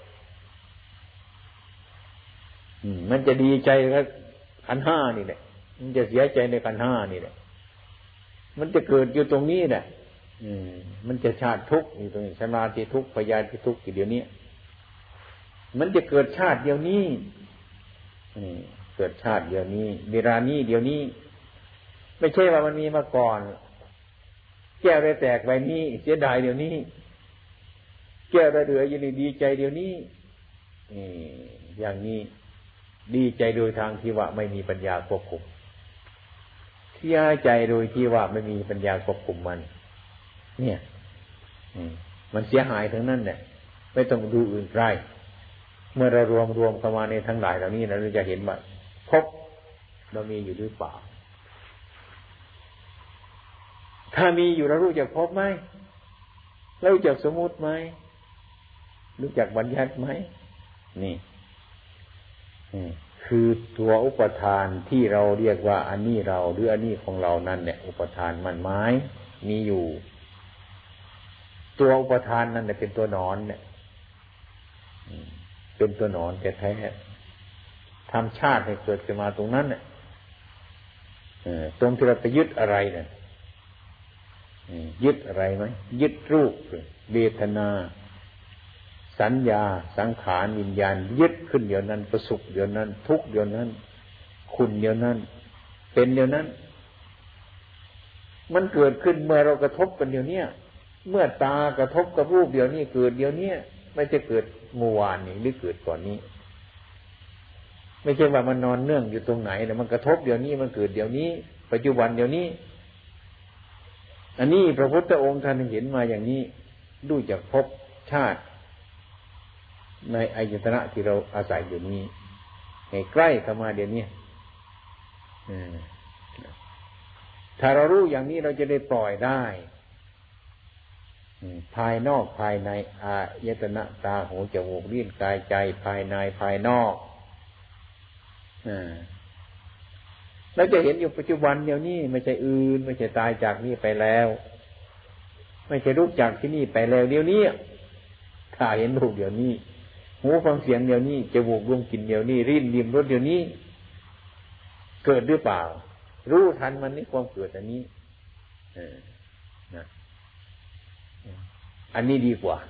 มันจะดีใจกับขันธ์ห้านี่แหละมันจะเสียใจในขันธ์ห้านี่แหละมันจะเกิดอยู่ตรงนี้แหละมันจะชาติทุกข์อยู่ตรงนี้ชราติทุกข์พยาธิทุกข์เดี๋ยวนี้มันจะเกิดชาติเดียวนี้เกิดชาติเดียวนี้เวลานี้เดียวนี้ไม่ใช่ว่ามันมีมาก่อนแก้วได้แตกใบนี้เสียดายเดี๋ยวนี้แก้วได้เหลืออยู่ในดีใจเดี๋ยวนี้อย่างนี้ดีใจโดยทางที่ว่าไม่มีปัญญาควบคุมเสียใจโดยที่ว่าไม่มีปัญญาควบคุมมันเนี่ยมันเสียหายทั้งนั้นแหละไม่ต้องดูอื่นไกลเมื่อเรารวมเข้ามาในทั้งหลายเหล่านี้เราจะเห็นว่าภพเรามีอยู่หรือเปล่าถ้ามีอยู่เรารู้จักภพไหมเรารู้จักสมมุติไหมรู้จักบัญญัติไหมนี่คือตัวอุปทานที่เราเรียกว่าอันนี้เราหรืออันนี้ของเรานั่นเนี่ยอุปทานมันหมายมีอยู่ตัวอุปทานนั่นเนี่ยเป็นตัวหนอนเนี่ยเป็นตัวหนอนแท้ๆทำชาติให้เกิดขึ้นมาตรงนั้นเนี่ยตรงที่เราไปยึดอะไรเนี่ยยึดอะไรไหมยึดรูปเวทนาสัญญาสังขารวิญญาณยึดขึ้นเดี๋ยวนั้นประสุขเดี๋ยวนั้นทุกข์เดี๋ยวนั้นคุณเดี๋ยวนั้นเป็นเดี๋ยวนั้นมันเกิดขึ้นเมื่อเรากระทบกันเดี๋ยวนี้เมื่อตากระทบกับรูปเดี๋ยวนี้เกิดเดี๋ยวนี้ไม่จะเกิดเมื่อวานนี้หรือเกิดก่อนนี้ไม่ใช่ว่ามันนอนเนื่องอยู่ตรงไหนแต่มันกระทบเดี๋ยวนี้มันเกิดเดี๋ยวนี้ปัจจุบันเดี๋ยวนี้อันนี้พระพุทธองค์ท่านเห็นมาอย่างนี้ดูจากภพชาติในอายตนะที่เราอาศัยอยู่นี้ใกล้เข้ามาเดี๋ยวนี้ถ้าเรารู้อย่างนี้เราจะได้ปล่อยได้ภายนอกภายในอายตนะตาหูจมูกลิ้นกายใจภายในภายนอกเราจะเห็นอยู่ปัจจุบันเดี๋ยวนี้ไม่ใช่อื่นไม่ใช่ตายจากนี้ไปแล้วไม่ใช่รู้จากที่นี่ไปแล้วเดี๋ยวนี้ถ้าเห็นรูปเดี๋ยวนี้หูฟังเสียงเดี๋ยวนี้จมูกดมกลิ่นเดี๋ยวนี้ลิ้นลิ้มรสเดี๋ยวนี้เกิดหรือเปล่ารู้ทันมันนี่ความเกิดอันนี้นะอันนี้ดีกว่า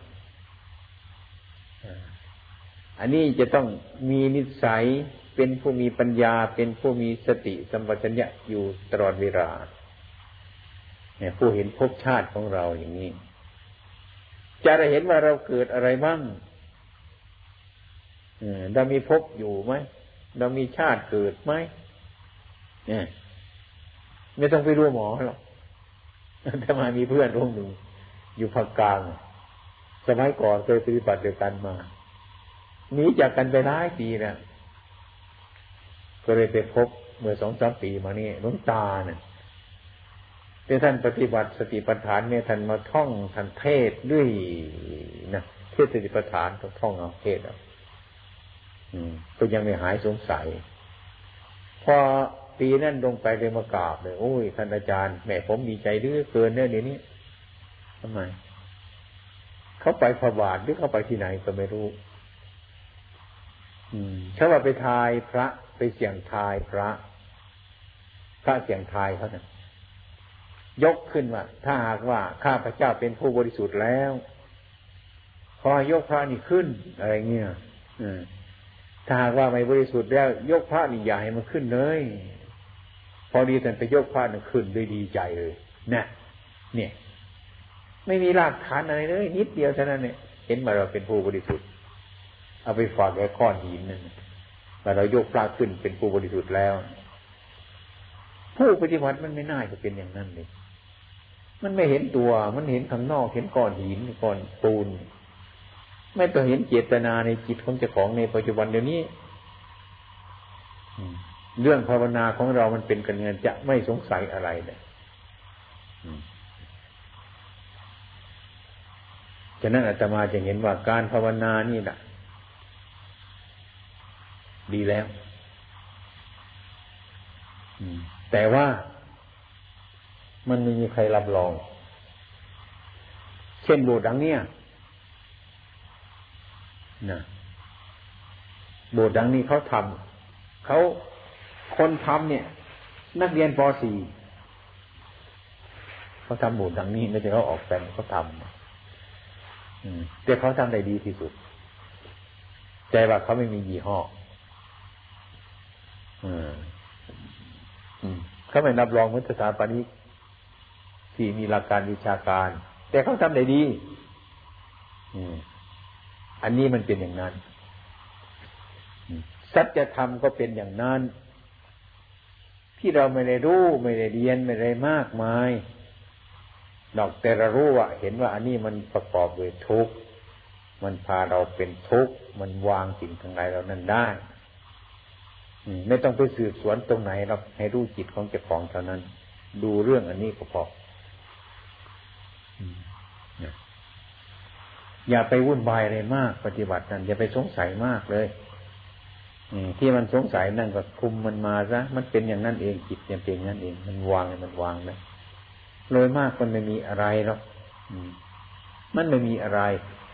อันนี้จะต้องมีนิสัยเป็นผู้มีปัญญาเป็นผู้มีสติสัมปชัญญะอยู่ตลอดเวลาเนี่ยผู้เห็นภพชาติของเราอย่างนี้จะได้เห็นว่าเราเกิดอะไรบ้างเรามีภพอยู่ไหมเรามีชาติเกิดไหมเนี่ยไม่ต้องไปรู้หมอหรอกถ้ามามีเพื่อนร่วมหนึ่งอยู่ภาคกลางสมัยก่อนเคยปฏิบัติเดียวกันมาหนีจากกันไปหลายปีนะก็เลยไปพบเมื่อ 2-3 ปีมานี่หลวงตาเนี่ยที่ท่านปฏิบัติสติปัฏฐานเนี่ยท่านมาท่องท่านเทศด้วยนะเทศสติปัฏฐานท่องเอาเทศเอาก็ยังไม่หายสงสัยพอปีนั้นลงไปเลยมากราบเลยโอ้ยท่านอาจารย์แม่ผมดีใจเหลือเกินเนี่ยเดี๋ยวนี้ทำไมเขาไปพระบาทหรือเขาไปที่ไหนก็ไม่รู้เขาว่าไปทายพระไปเสี่ยงทายพระเสี่ยงทายเขาเนี่ยยกขึ้นว่าถ้าหากว่าข้าพเจ้าเป็นผู้บริสุทธิ์แล้วขอให้ยกพระนี่ขึ้นอะไรเงี้ยถ้าหากว่าไม่บริสุทธิ์แล้วยกพระนี่อย่าให้มันขึ้นเลยพอดีท่านไปยกพระนี่ขึ้นด้วยดีใจเลยนะเนี่ยไม่มีรากฐานอะไรเลยนิดเดียวเท่านั้นเนี่ยเห็นมาเราเป็นผู้บริสุทธิ์เอาไปฝากไว้ก้อนหินนั่นแต่เรายกพระขึ้นเป็นผู้บริสุทธิ์แล้วผู้ปฏิบัติมันไม่น่าจะเป็นอย่างนั้นเลยมันไม่เห็นตัวมันเห็นข้างนอกเห็นก้อนหินก้อนปูนไม่ต้องเห็นเจตนาในจิตของเจ้าของในปัจจุบันเดี๋ยวนี้เรื่องภาวนาของเรามันเป็นกันเงินจะไม่สงสัยอะไรเลยฉะนั้นอาตมาจะเห็นว่าการภาวนานี่แหละดีแล้วแต่ว่ามันไม่มีใครรับรองเช่นโบสถ์ดังเนี้ยนะโบสถ์ดังนี้เขาทำเขาคนทำเนี่ยนักเรียนป .4 เขาทำโบสถ์ดังนี้ไม่ใช่เขาออกแบบเขาทำแต่เขาทำได้ดีที่สุดแต่ว่าเขาไม่มียี่ห้อเขาไม่รับรองเหมือนสถาปนิกที่มีหลักการวิชาการแต่เขาทำได้ดีอันนี้มันเป็นอย่างนั้นสัจธรรมก็เป็นอย่างนั้นที่เราไม่ได้รู้ไม่ได้เรียนไม่ได้มากมายนอกแต่เรารู้ว่าเห็นว่าอันนี้มันประกอบด้วยทุกข์มันพาเราเป็นทุกข์มันวางสิ่งทั้งหลายเรานั้นได้ไม่ต้องไปสืบสวนตรงไหนเราให้รู้จิตของเจ้าของเท่านั้นดูเรื่องอันนี้ก็พออย่าไปวุ่นวายอะไรมากปฏิบัตินั้นอย่าไปสงสัยมากเลยที่มันสงสัยนั่นก็คุมมันมาซะมันเป็นอย่างนั้นเองจิตเนี่ยเป็นอย่างนั้นเองมันวางนะโดยมากมันไม่มีอะไรหรอกมันไม่มีอะไร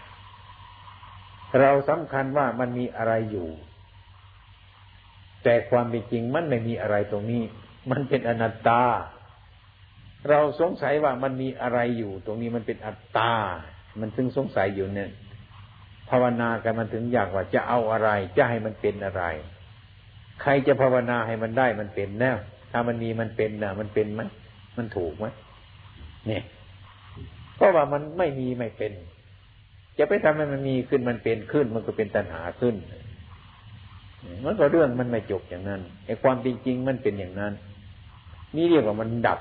เราสำคัญว่ามันมีอะไรอยู่แต่ความเป็นจริงมันไม่มีอะไรตรงนี้มันเป็นอนัตตาเราสงสัยว่ามันมีอะไรอยู่ตรงนี้มันเป็นอัตตามันถึงสงสัยอยู่เนี่ยภาวนากันมันถึงอยากว่าจะเอาอะไรจะให้มันเป็นอะไรใครจะภาวนาให้มันได้มันเป็นแน่ถ้ามันมีมันเป็นน่ะมันเป็นไหมมันถูกไหมเนี่ยเพราะว่ามันไม่มีไม่เป็นจะไปทำให้มันมีขึ้นมันเป็นขึ้นมันก็เป็นตัณหาขึ้นมันก็เรื่องมันไม่จบอย่างนั้นไอ้ความจริงมันเป็นอย่างนั้นนี่เรียกว่ามันดับ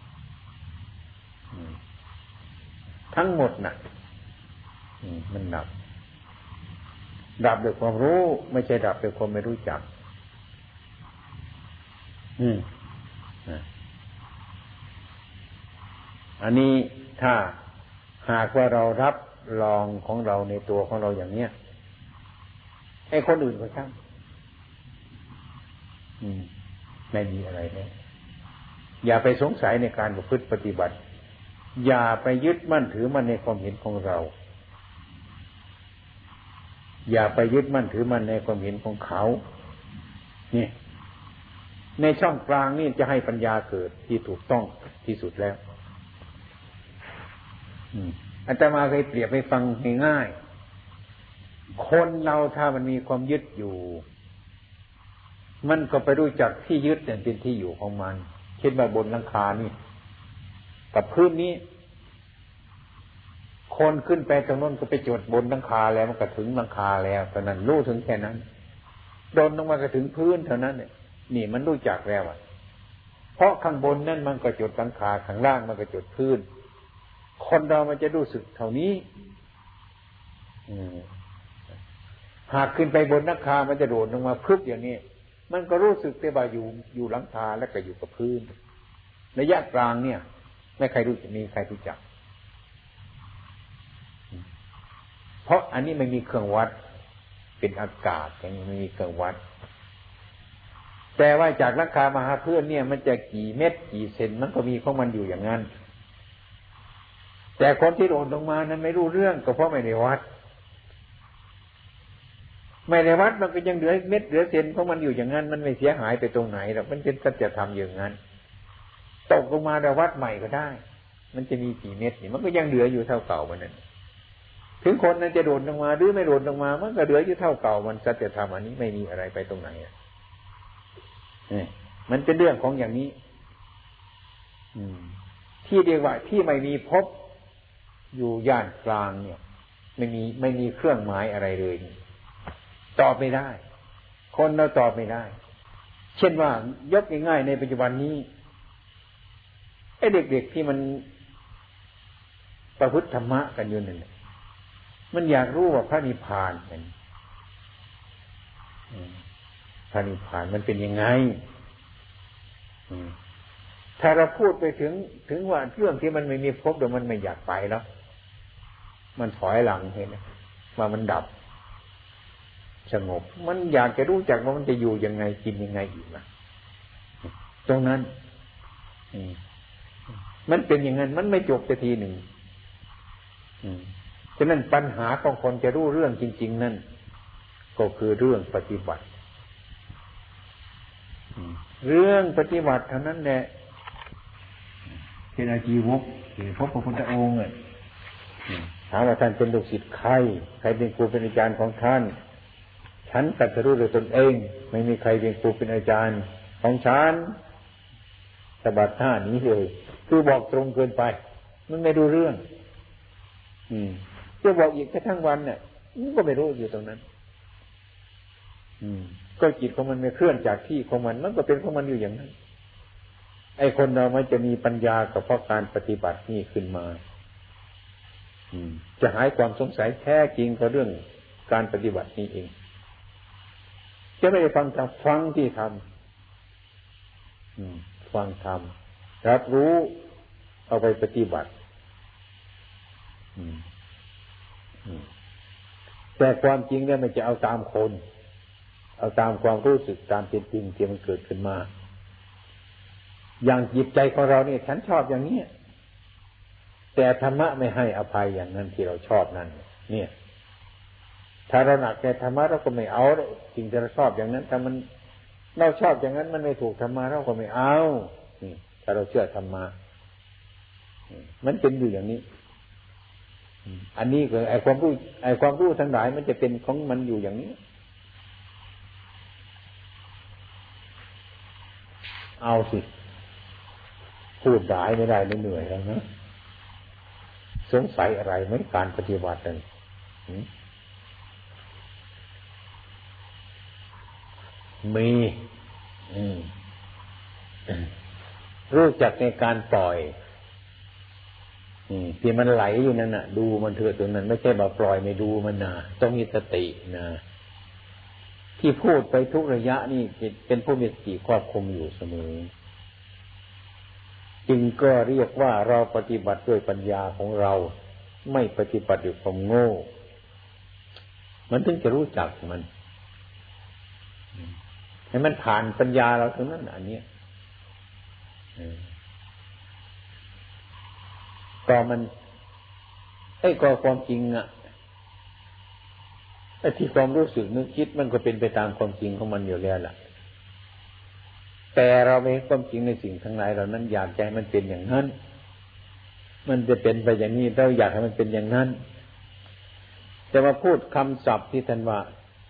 ทั้งหมดน่ะมันดับด้วยความรู้ไม่ใช่ดับด้วยความไม่รู้จักอันนี้ถ้าหากว่าเรารับรองของเราในตัวของเราอย่างเนี้ยให้คนอื่นก็ช่างไม่มีอะไรเลยอย่าไปสงสัยในการประพฤติปฏิบัติอย่าไปยึดมั่นถือมั่นในความเห็นของเราอย่าไปยึดมั่นถือมั่นในความเห็นของเขานี่ในช่องกลางนี่จะให้ปัญญาเกิดที่ถูกต้องที่สุดแล้วอาตมาเคยเปรียบให้ฟังง่ายๆคนเราถ้ามันมีความยึดอยู่มันก็ไปรู้จักที่ยึดเนี่ยเป็นที่อยู่ของมันเช่นว่าบนหลังคานี่กับพื้นนี้คนขึ้นไปตรงนั้นก็ไปจดบนหลังคาแล้วมันก็ถึงหลังคาแล้วตอนนั้นรู้ถึงแค่นั้นโดนลงมาก็ถึงพื้นเท่านั้นเนี่ยนี่มันรู้จักแล้วอ่ะเพราะข้างบนนั่นมันก็จดหลังคาข้างล่างมันก็จดพื้นคนเรามันจะรู้สึกเท่านี้หากขึ้นไปบนหลังคามันจะโดดลงมาพึบอย่างนี้มันก็รู้สึกแต่ว่าอยู่หลังคาแล้วก็อยู่กับพื้นระยะกลางเนี่ยไม่ใครรู้จะมีใครรู้จักเพราะอันนี้ไม่มีเครื่องวัดเป็นอากาศอย่างนี้ไม่มีเครื่องวัดแต่ว่าจากหลังคามาหาพื้นเนี่ยมันจะกี่เม็ดกี่เซนมันก็มีของมันอยู่อย่างนั้นแต่คนที่โดดลงมานั้นไม่รู้เรื่องก็เพราะไม่ได้วัดมันก็ยังเหลือเม็ดเหลือเซนของมันอยู่อย่างนั้นมันไม่เสียหายไปตรงไหนหรอกมันเป็นสัจธรรมอย่างนั้นตกลงมาแล้ววัดใหม่ก็ได้มันจะมีกี่เม็ดนี่มันก็ยังเหลืออยู่เท่าเก่ามันนั่นถึงคนนั้นจะโดดลงมาหรือไม่โดดลงมามันก็เหลืออยู่เท่าเก่ามันสัจธรรมอันนี้ไม่มีอะไรไปตรงไหนมันเป็นเรื่องของอย่างนี้ที่เรียกว่าที่ไม่มีภพอยู่ย่านกลางเนี่ยไม่มีเครื่องหมายอะไรเลยตอบไม่ได้คนเราตอบไม่ได้เช่นว่ายกง่ายๆในปัจจุบันนี้ไอ้เด็กๆที่มันประพฤติธรรมะกันอยู่นั่นมันอยากรู้ว่าพระนิพพานเป็นพระนิพพานมันเป็นยังไงถ้าเราพูดไปถึงว่าเรื่องที่มันไม่มีภพเดี๋ยวมันไม่อยากไปแล้วมันถอยหลังเห็นไหมว่ามันดับสงบมันอยากจะรู้จักว่ามันจะอยู่ยังไงกินยังไงอีกนะตรงนั้นมันเป็นอย่างนั้นมันไม่จบสักทีหนึ่งฉะนั้นปัญหาของคนจะรู้เรื่องจริงๆนั่นก็คือเรื่องปฏิบัติเรื่องปฏิบัติเท่านั้นแหละเป็นอาชีวกที่พบพระพุทธองค์ถามว่าท่านเป็นลูกศิษย์ใครเป็นครูเป็นอาจารย์ของท่านฉันตรัสรู้ด้วยตนเองไม่มีใครเป็นครูเป็นอาจารย์ของฉันสะบัดท่านี้เลยคือบอกตรงเกินไปมันไม่รู้เรื่องจะบอกอีกแค่ทั้งวันเนี่ยมันก็ไม่รู้อยู่ตรงนั้นก็จิตของมันไม่เคลื่อนจากที่ของมันก็เป็นของมันอยู่อย่างนั้นอ้คนเรามันจะมีปัญญากับเพราะการปฏิบัตินี่ขึ้นมาจะหายความสงสัยแท้จริงกับเรื่องการปฏิบัตินี้เองจะไม่ได้ฟังจากฟังที่ทำฟังทำรับรู้เอาไปปฏิบัติแต่ความจริงเนี่ยมันจะเอาตามคนเอาตามความรู้สึกตามเป็นจริงที่มันเกิดขึ้นมาอย่างจิตใจของเราเนี่ยฉันชอบอย่างนี้แต่ธรรมะไม่ให้อภัยอย่างนั้นที่เราชอบนั่นเนี่ยถ้าเราหนักในธรรมะเราก็ไม่เอาสิ่งที่เราชอบอย่างนั้นถ้ามันเราชอบอย่างนั้นมันไม่ถูกธรรมะเราก็ไม่เอานี่ถ้าเราเชื่อธรรมะมันเป็นอยู่อย่างนี้อันนี้คือไอ้ความรู้ทั้งหลายมันจะเป็นของมันอยู่อย่างนี้เอาสิพูดได้ไม่ได้เหนื่อยแล้วนะสงสัยอะไรไหมการปฏิบัตินั้นมีรู้จักในการปล่อยที่มันไหลอยู่นั่นน่ะดูมันเถอะตรงนั้นไม่ใช่มาปล่อยไม่ดูมันนะต้องมีสตินะที่พูดไปทุกระยะนี่เป็นผู้มีสติควบคุมอยู่เสมอจึงก็เรียกว่าเราปฏิบัติด้วยปัญญาของเราไม่ปฏิบัติด้วยความโง่มันถึงจะรู้จักมันให้มันผ่านปัญญาเราทั้งนั้นอันนี้ก็มันก็ความจริงอ่ะไอ้ที่ความรู้สึกนึกคิดมันก็เป็นไปตามความจริงของมันอยู่แล้วล่ะแต่เราไม่เห็นความจริงในสิ่งทั้งหลายเหล่านั้นอยากให้มันเป็นอย่างนั้นมันจะเป็นไปอย่างนี้เราอยากให้มันเป็นอย่างนั้นจะมาพูดคำศัพท์ที่ท่านว่า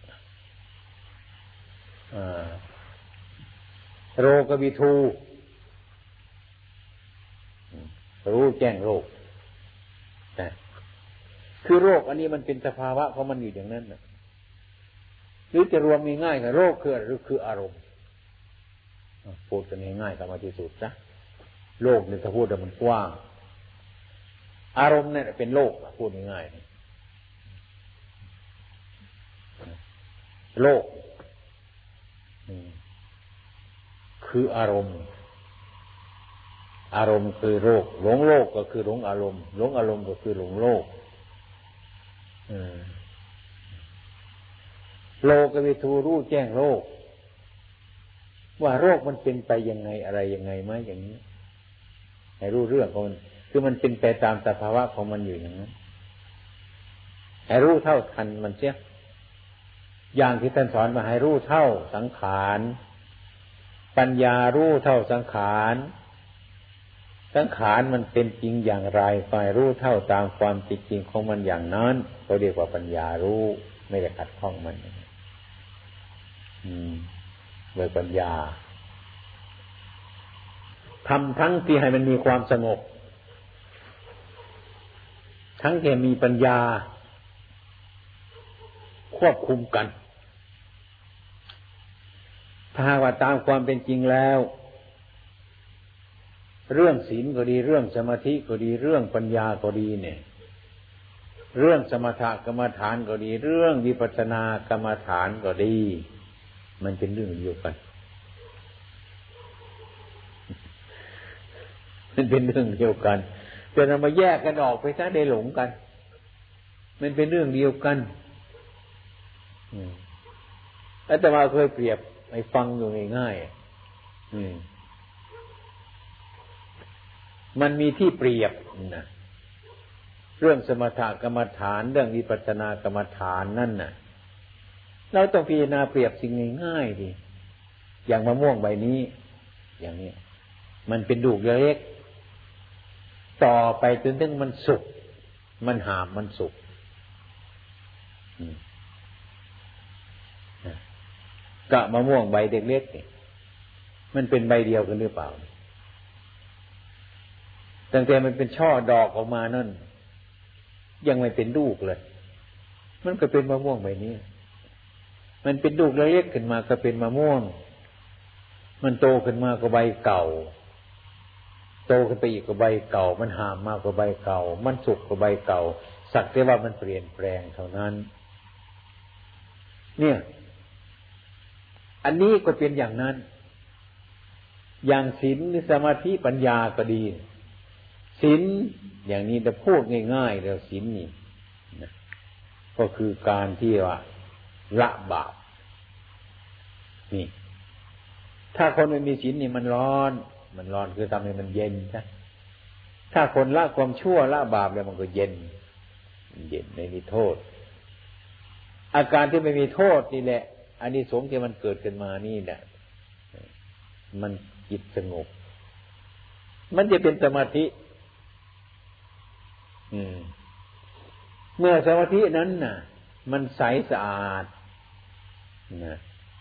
โรควิทูรู้แจ้งโรคคือโรคอันนี้มันเป็นสภาวะของมันอยู่อย่างนั้นหรือจะรวมง่ายๆกับโรคคืออารมณ์พูดกันง่ายๆกับมาที่สุดนะโลกเนี่ยถ้าพูดแล้วมันกว้างอารมณ์เนี่ยเป็นโลกพูดง่ายๆโลกคืออารมณ์อารมณ์คือโลกหลงโลกก็คือหลงอารมณ์หลงอารมณ์ก็คือหลงโลกโลกวิทูรู้แจ้งโลกว่าโรคมันเป็นไปยังไงอะไรยังไงไหมอย่างนี้ให้รู้เรื่องของมันคือมันเป็นไปตามสภาวะของมันอยู่อย่างนั้นให้รู้เท่าทันมันเสียอย่างที่ท่านสอนมาให้รู้เท่าสังขารปัญญารู้เท่าสังขารสังขารมันเป็นจริงอย่างไรก็ให้รู้เท่าตามความจริงของมันอย่างนั้นเขาเรียกว่าปัญญารู้ไม่ได้ขัดข้องมันโดยปัญญาทำทั้งที่ให้มันมีความสงบทั้งที่มีปัญญาควบคุมกันถ้าว่าตามความเป็นจริงแล้วเรื่องศีลก็ดีเรื่องสมาธิก็ดีเรื่องปัญญาก็ดีเนี่ยเรื่องสมถกรรมฐานก็ดีเรื่องวิปัสสนากรรมฐานก็ดีมันเป็นเรื่องเดียวกันมันเป็นเรื่องเดียวกันแต่เรามาแยกกันออกไปซะได้หลงกันมันเป็นเรื่องเดียวกันอาตมาเคยเปรียบให้ฟังอยู่ง่ายๆมันมีที่เปรียบนะเรื่องสมถกรรมฐานเรื่องวิปัสสนากรรมฐานนั่นน่ะเราต้องพิจารณาเปรียบสิ่งง่ายๆดิอย่างมะม่วงใบนี้อย่างนี้มันเป็นลูกเล็กต่อไปจนถึงมันสุกมันหามมันสุกกะมะม่วงใบเล็กๆนี่มันเป็นใบเดียวกันหรือเปล่าตั้งแต่มันเป็นช่อดอกออกมานั่นยังไม่เป็นลูกเลยมันก็เป็นมะม่วงใบนี้มันเป็นลูกเล็กขึ้นมาก็เป็นมะม่วงมันโตขึ้นมาก็ใบเก่าตขึ้นไปอีกกว่าใบเก่ามันห่ามมากกว่าใบเก่ามันสุกกว่าใบเก่าสักแต่ว่ามันเปลี่ยนแปลงเท่านั้นเนี่ยอันนี้ก็เป็นอย่างนั้นอย่างศีลหรือสมาธิปัญญาก็ดีศีลอย่างนี้จะพูดง่ายๆแล้วศีลนี่นะก็คือการที่ว่าละบาปนี่ถ้าคนไม่มีศีลนี่มันร้อนคือทำให้มันเย็นใช่ถ้าคนละความชั่วละบาปแล้วมันก็เย็นไม่มีโทษอาการที่ไม่มีโทษนี่แหละอานิสงส์ที่มันเกิดขึ้นมานี่แหละมันจิตสงบมันจะเป็นสมาธิเมื่อสมาธินั้นน่ะมันใสสะอาดนะ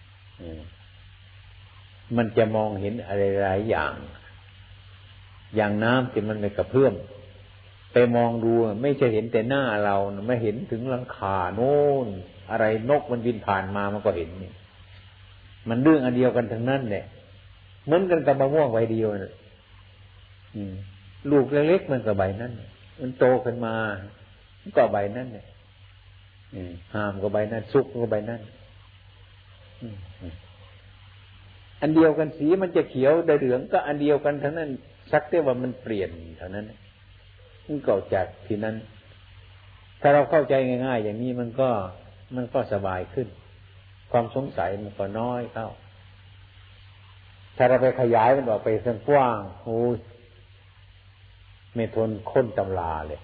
มันจะมองเห็นอะไรหลายอย่างน้ำที่มันไม่กระเพื่อมไปมองดูไม่ใช่เห็นแต่หน้าเราไม่เห็นถึงหลังคาโน่นอะไรนกมันบินผ่านมามันก็เห็นนี่มันเรื่องอันเดียวกันทั้งนั้นแหละเหมือนกันกับมะม่วงใบเดียวน่ะลูกเล็กๆมันก็ใบนั้นมันโตขึ้นมาก็ใบนั้นเนี่ยห้ามก็ใบนั้นสุกก็ใบนั้นอันเดียวกันสีมันจะเขียวได้เหลืองก็อันเดียวกันทั้งนั้นสักแต่ว่ามันเปลี่ยนเท่านั้นมันเกิดจากที่นั้นถ้าเราเข้าใจง่ายๆอย่างนี้มันก็สบายขึ้นความสงสัยมันก็น้อยเข้าถ้าเราไปขยายมันออกไปกว้างโอ้ยไม่ทนค้นตำราเลย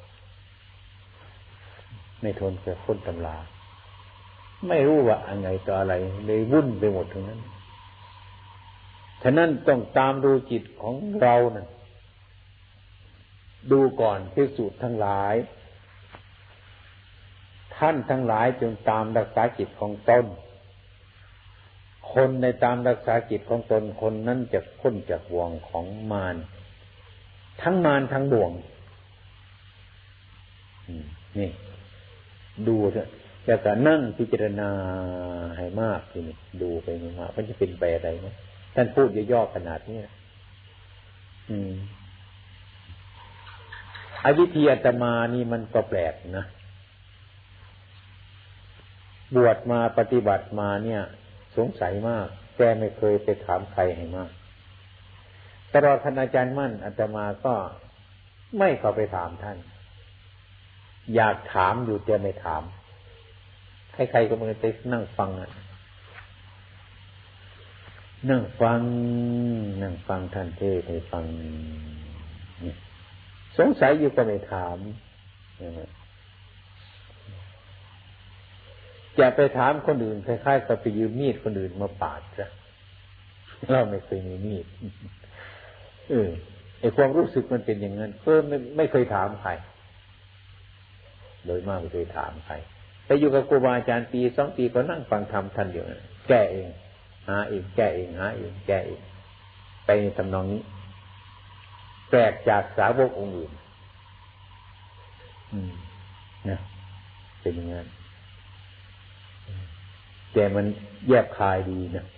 ไม่ทนจะค้นตำราไม่รู้ว่าอะไรต่ออะไรเลยวุ่นไปหมดทั้งนั้นฉะนั้นต้องตามดูจิตของเรานั่นดูก่อนภิกษุทั้งหลายท่านทั้งหลายจงตามรักษาจิตของตนคนในตามรักษาจิตของตนคนนั้นจะพ้นจากบ่วงของมารทั้งมารทั้งบ่วงนี่ดูเถอะแล้วก็นั่งพิจารณาให้มากทีนี้ดูไปมากมันจะเป็นไปอะไรไหมท่านพูดย่อๆขนาดนี้อวิธีอาตมานี่มันก็แปลกนะบวชมาปฏิบัติมาเนี่ยสงสัยมากแต่ไม่เคยไปถามใครให้มากตลอดท่านอาจารย์มั่นอาตมาก็ไม่เข้าไปถามท่านอยากถามอยู่แต่ไม่ถามใครๆก็มันไปนั่งฟังนั่งฟังท่านเทศน์ให้ฟังสงสัยอยู่ก็ไม่ถามจะไปถามคนอื่นคล้ายๆกับไปยืมมีดคนอื่นมาปาดซะเราไม่เคยมีมีดไอ้ความรู้สึกมันเป็นอย่างนั้นไม่เคยถามใครโดยมากไม่เคยถามใครไปอยู่กับครูบาอาจารย์ปี2 ปีก็นั่งฟังธรรมท่านอยู่แก้เองหาเองแก้เองหาเองแก้เองไปในทำนองนี้แปลกจากสาวกองค์อื่นนะเป็นอย่างนั้นแต่มันแยบคายดีนะ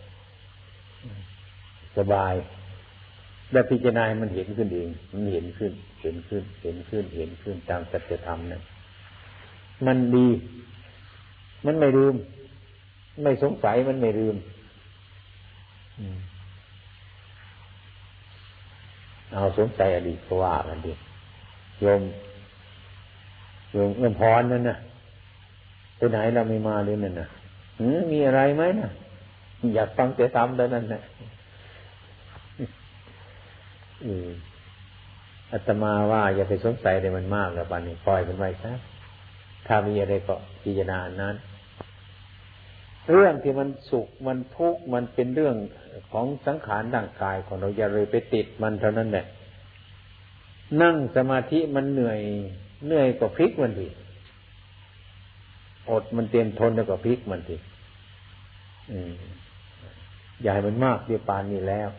สบายแล้วพิจารณามันเห็นขึ้นเองมันเห็นขึ้นตามสัจธรรมนะมันดีมันไม่ลืมไม่สงสัยมันไม่ลืมเอาสงสัยอดีตก็ว่ากันดิโยมเอื้อมพรนั่นน่ะไปไหนเราไม่มาเลยนั่นน่ะมีอะไรไหมน่ะอยากฟังแต่ซ้ำเท่านั้นน่ะอาตมาว่าอย่าไปสงสัยเลยมันมากแล้วป่านนี้ปล่อยมันไว้ซะถ้ามีอะไรก็พิจารณานั้นเรื่องที่มันสุขมันทุกข์มันเป็นเรื่องของสังขารร่างกายของเราอย่าเลยไปติดมันเท่านั้นแหละนั่งสมาธิมันเหนื่อยก็พลิกมันทีอดมันเตรียมทนแล้วก็พลิกมันทีอย่าให้มันมากเดี๋ยวปานนี้แล้ว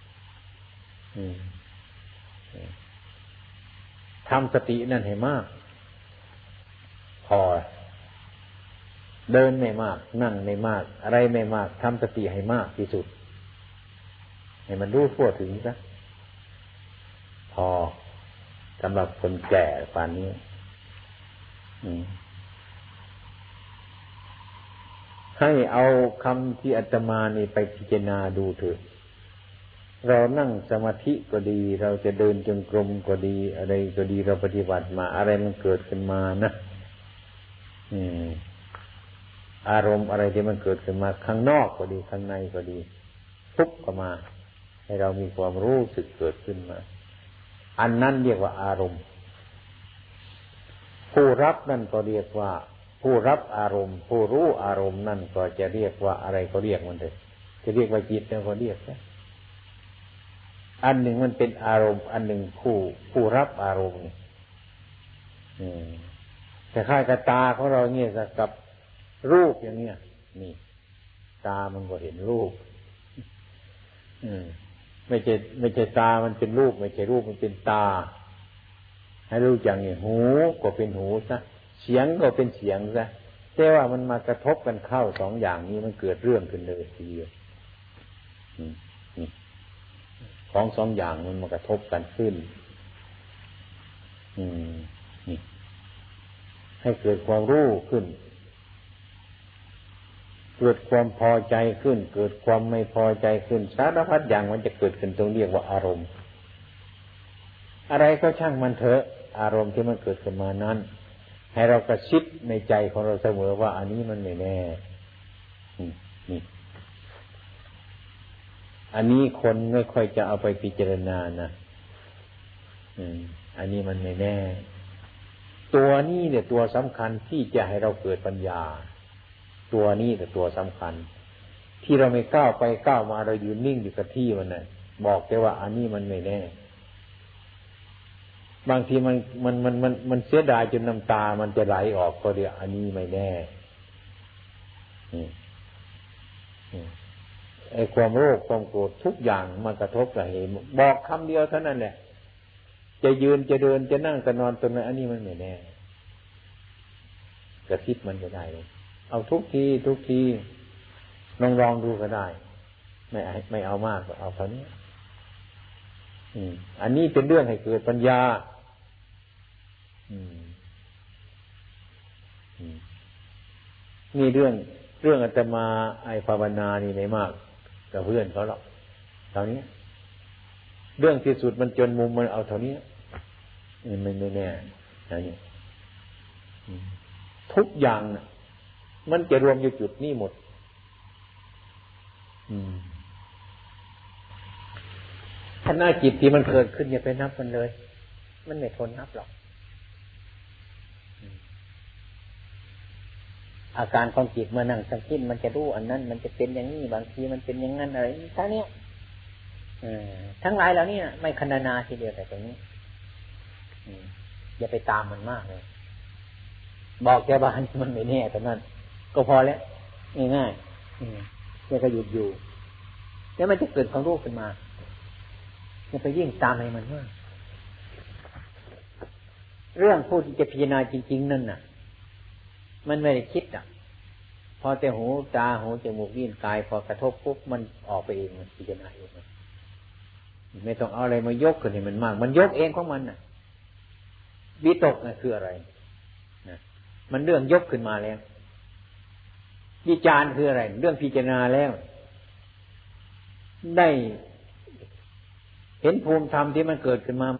ทำสตินั่นให้มากพอเดินไม่มากนั่งไม่มากอะไรไม่มากทำสติให้มากที่สุดให้มันรู้ทั่วถึงซะพออสำหรับคนแก่ป่านนี้ให้เอาคำที่อาตมานี่ไปพิจารณาดูเถอะเรานั่งสมาธิก็ดีเราจะเดินจงกรมก็ดีอะไรก็ดีเราปฏิบัติมาอะไรมันเกิดขึ้นมานะอารมณ์อะไรที่มันเกิดขึ้นมาข้างนอกก็ดีข้างในก็ดีทุกเข้ามาให้เรามีความรู้สึกเกิดขึ้นมาอันนั้นเรียกว่าอารมณ์ผู้รับนั่นก็เรียกว่าผู้รับอารมณ์ผู้รู้อารมณ์นั่นก็จะเรียกว่าอะไรก็เรียกมันเถอะจะเรียกว่าจิตแล้วก็เรียกนะอันหนึ่งมันเป็นอารมณ์อันหนึ่งผู้รับอารมณ์แต่ค่ายกับตาของเราเนี่ยกับรูปอย่างเนี้ยนี่ตามันก็เห็นรูปไม่ใช่ตามันเป็นรูปไม่ใช่รูปมันเป็นตาให้รู้อย่างนี้หูก็เป็นหูซะเสียงก็เป็นเสียงซะแต่ว่ามันมากระทบกันเข้าสองอย่างนี้มันเกิดเรื่องขึ้นเลยทีเดียวของสองอย่างมันมากระทบกันขึ้นนี่ให้เกิดความรู้ขึ้นเกิดความพอใจขึ้นเกิดความไม่พอใจขึ้นสารพัดอย่างมันจะเกิดขึ้นตรงเรียกว่าอารมณ์อะไรก็ช่างมันเถอะอารมณ์ที่มันเกิดขึ้นมานั้นให้เรากระซิบในใจของเราเสมอว่าอันนี้มันไม่แน่นี่อันนี้คนไม่ค่อยจะเอาไปพิจารณานะอันนี้มันไม่แน่ตัวนี้เนี่ยตัวสำคัญที่จะให้เราเกิดปัญญาตัวนี้แต่ตัวสำคัญที่เราไม่ก้าวไปก้าวมาเรายืนนิ่งอยู่กับที่มันน่ะบอกแต่ว่าอันนี้มันไม่แน่บางทีมันเสียดายจนน้ำตามันจะไหลออกก็เดี๋ยวอันนี้ไม่แน่ไอ้ความโลภความโกรธทุกอย่างมันกระทบกับเหตุบอกคำเดียวเท่านั้นแหละจะยืนจะเดินจะนั่งจะนอนตรงนั้นอันนี้มันไม่แน่กระซิบมันจะได้เอาทุกทีลองดูก็ได้ไม่เอามากก็เอาเท่านี้อันนี้เป็นเรื่องให้เกิดปัญญานี่เรื่องอาตมาไอ้ภาวนานี่ไม่มากกับเพื่อนเขาหรอกเท่านี้เรื่องที่สุดมันจนมุมมันเอาเท่านี้มันไม่แน่อย่างนี้ทุกอย่างนะมันจะรวมอยู่จุดนี้หมดถ้าหน้าจิตที่มันเกิดขึ้นอย่าไปนับมันเลยมันไม่ทนนับหรอกอาการของจิตเมื่อนั่งสังคิดมันจะรู้อันนั้นมันจะเป็นอย่างนี้บางทีมันเป็นอย่างนั้นอะไรทั้งนี้ทั้งหลายเหล่านี้ไม่คณนาทีเดียวแต่ตรงนี้อย่าไปตามมันมากเลยบอกแค่บ้านมันไม่แน่แต่นั้นก็พอแล้วง่ายๆแล้วก็หยุดอยู่แล้วมันจะเกิดความรู้ขึ้นมาอย่าไปยิ่งตามให้มันมากเรื่องผู้ที่จะพิจารณาจริงๆนั่นน่ะมันไม่ได้คิดพอแต่หูตาหูจมูกลิ้นกายพอกระทบปุ๊บมันออกไปเองมันพิจารณาเองไม่ต้องเอาอะไรมายกขึ้นให้มันมากมันยกเองของมันน่ะวิตกน่ะคืออะไรนะมันเรื่องยกขึ้นมาแล้ววิจารณ์คืออะไรเรื่องพิจารณาแล้วได้เห็นภูมิธรรมที่มันเกิดขึ้นมา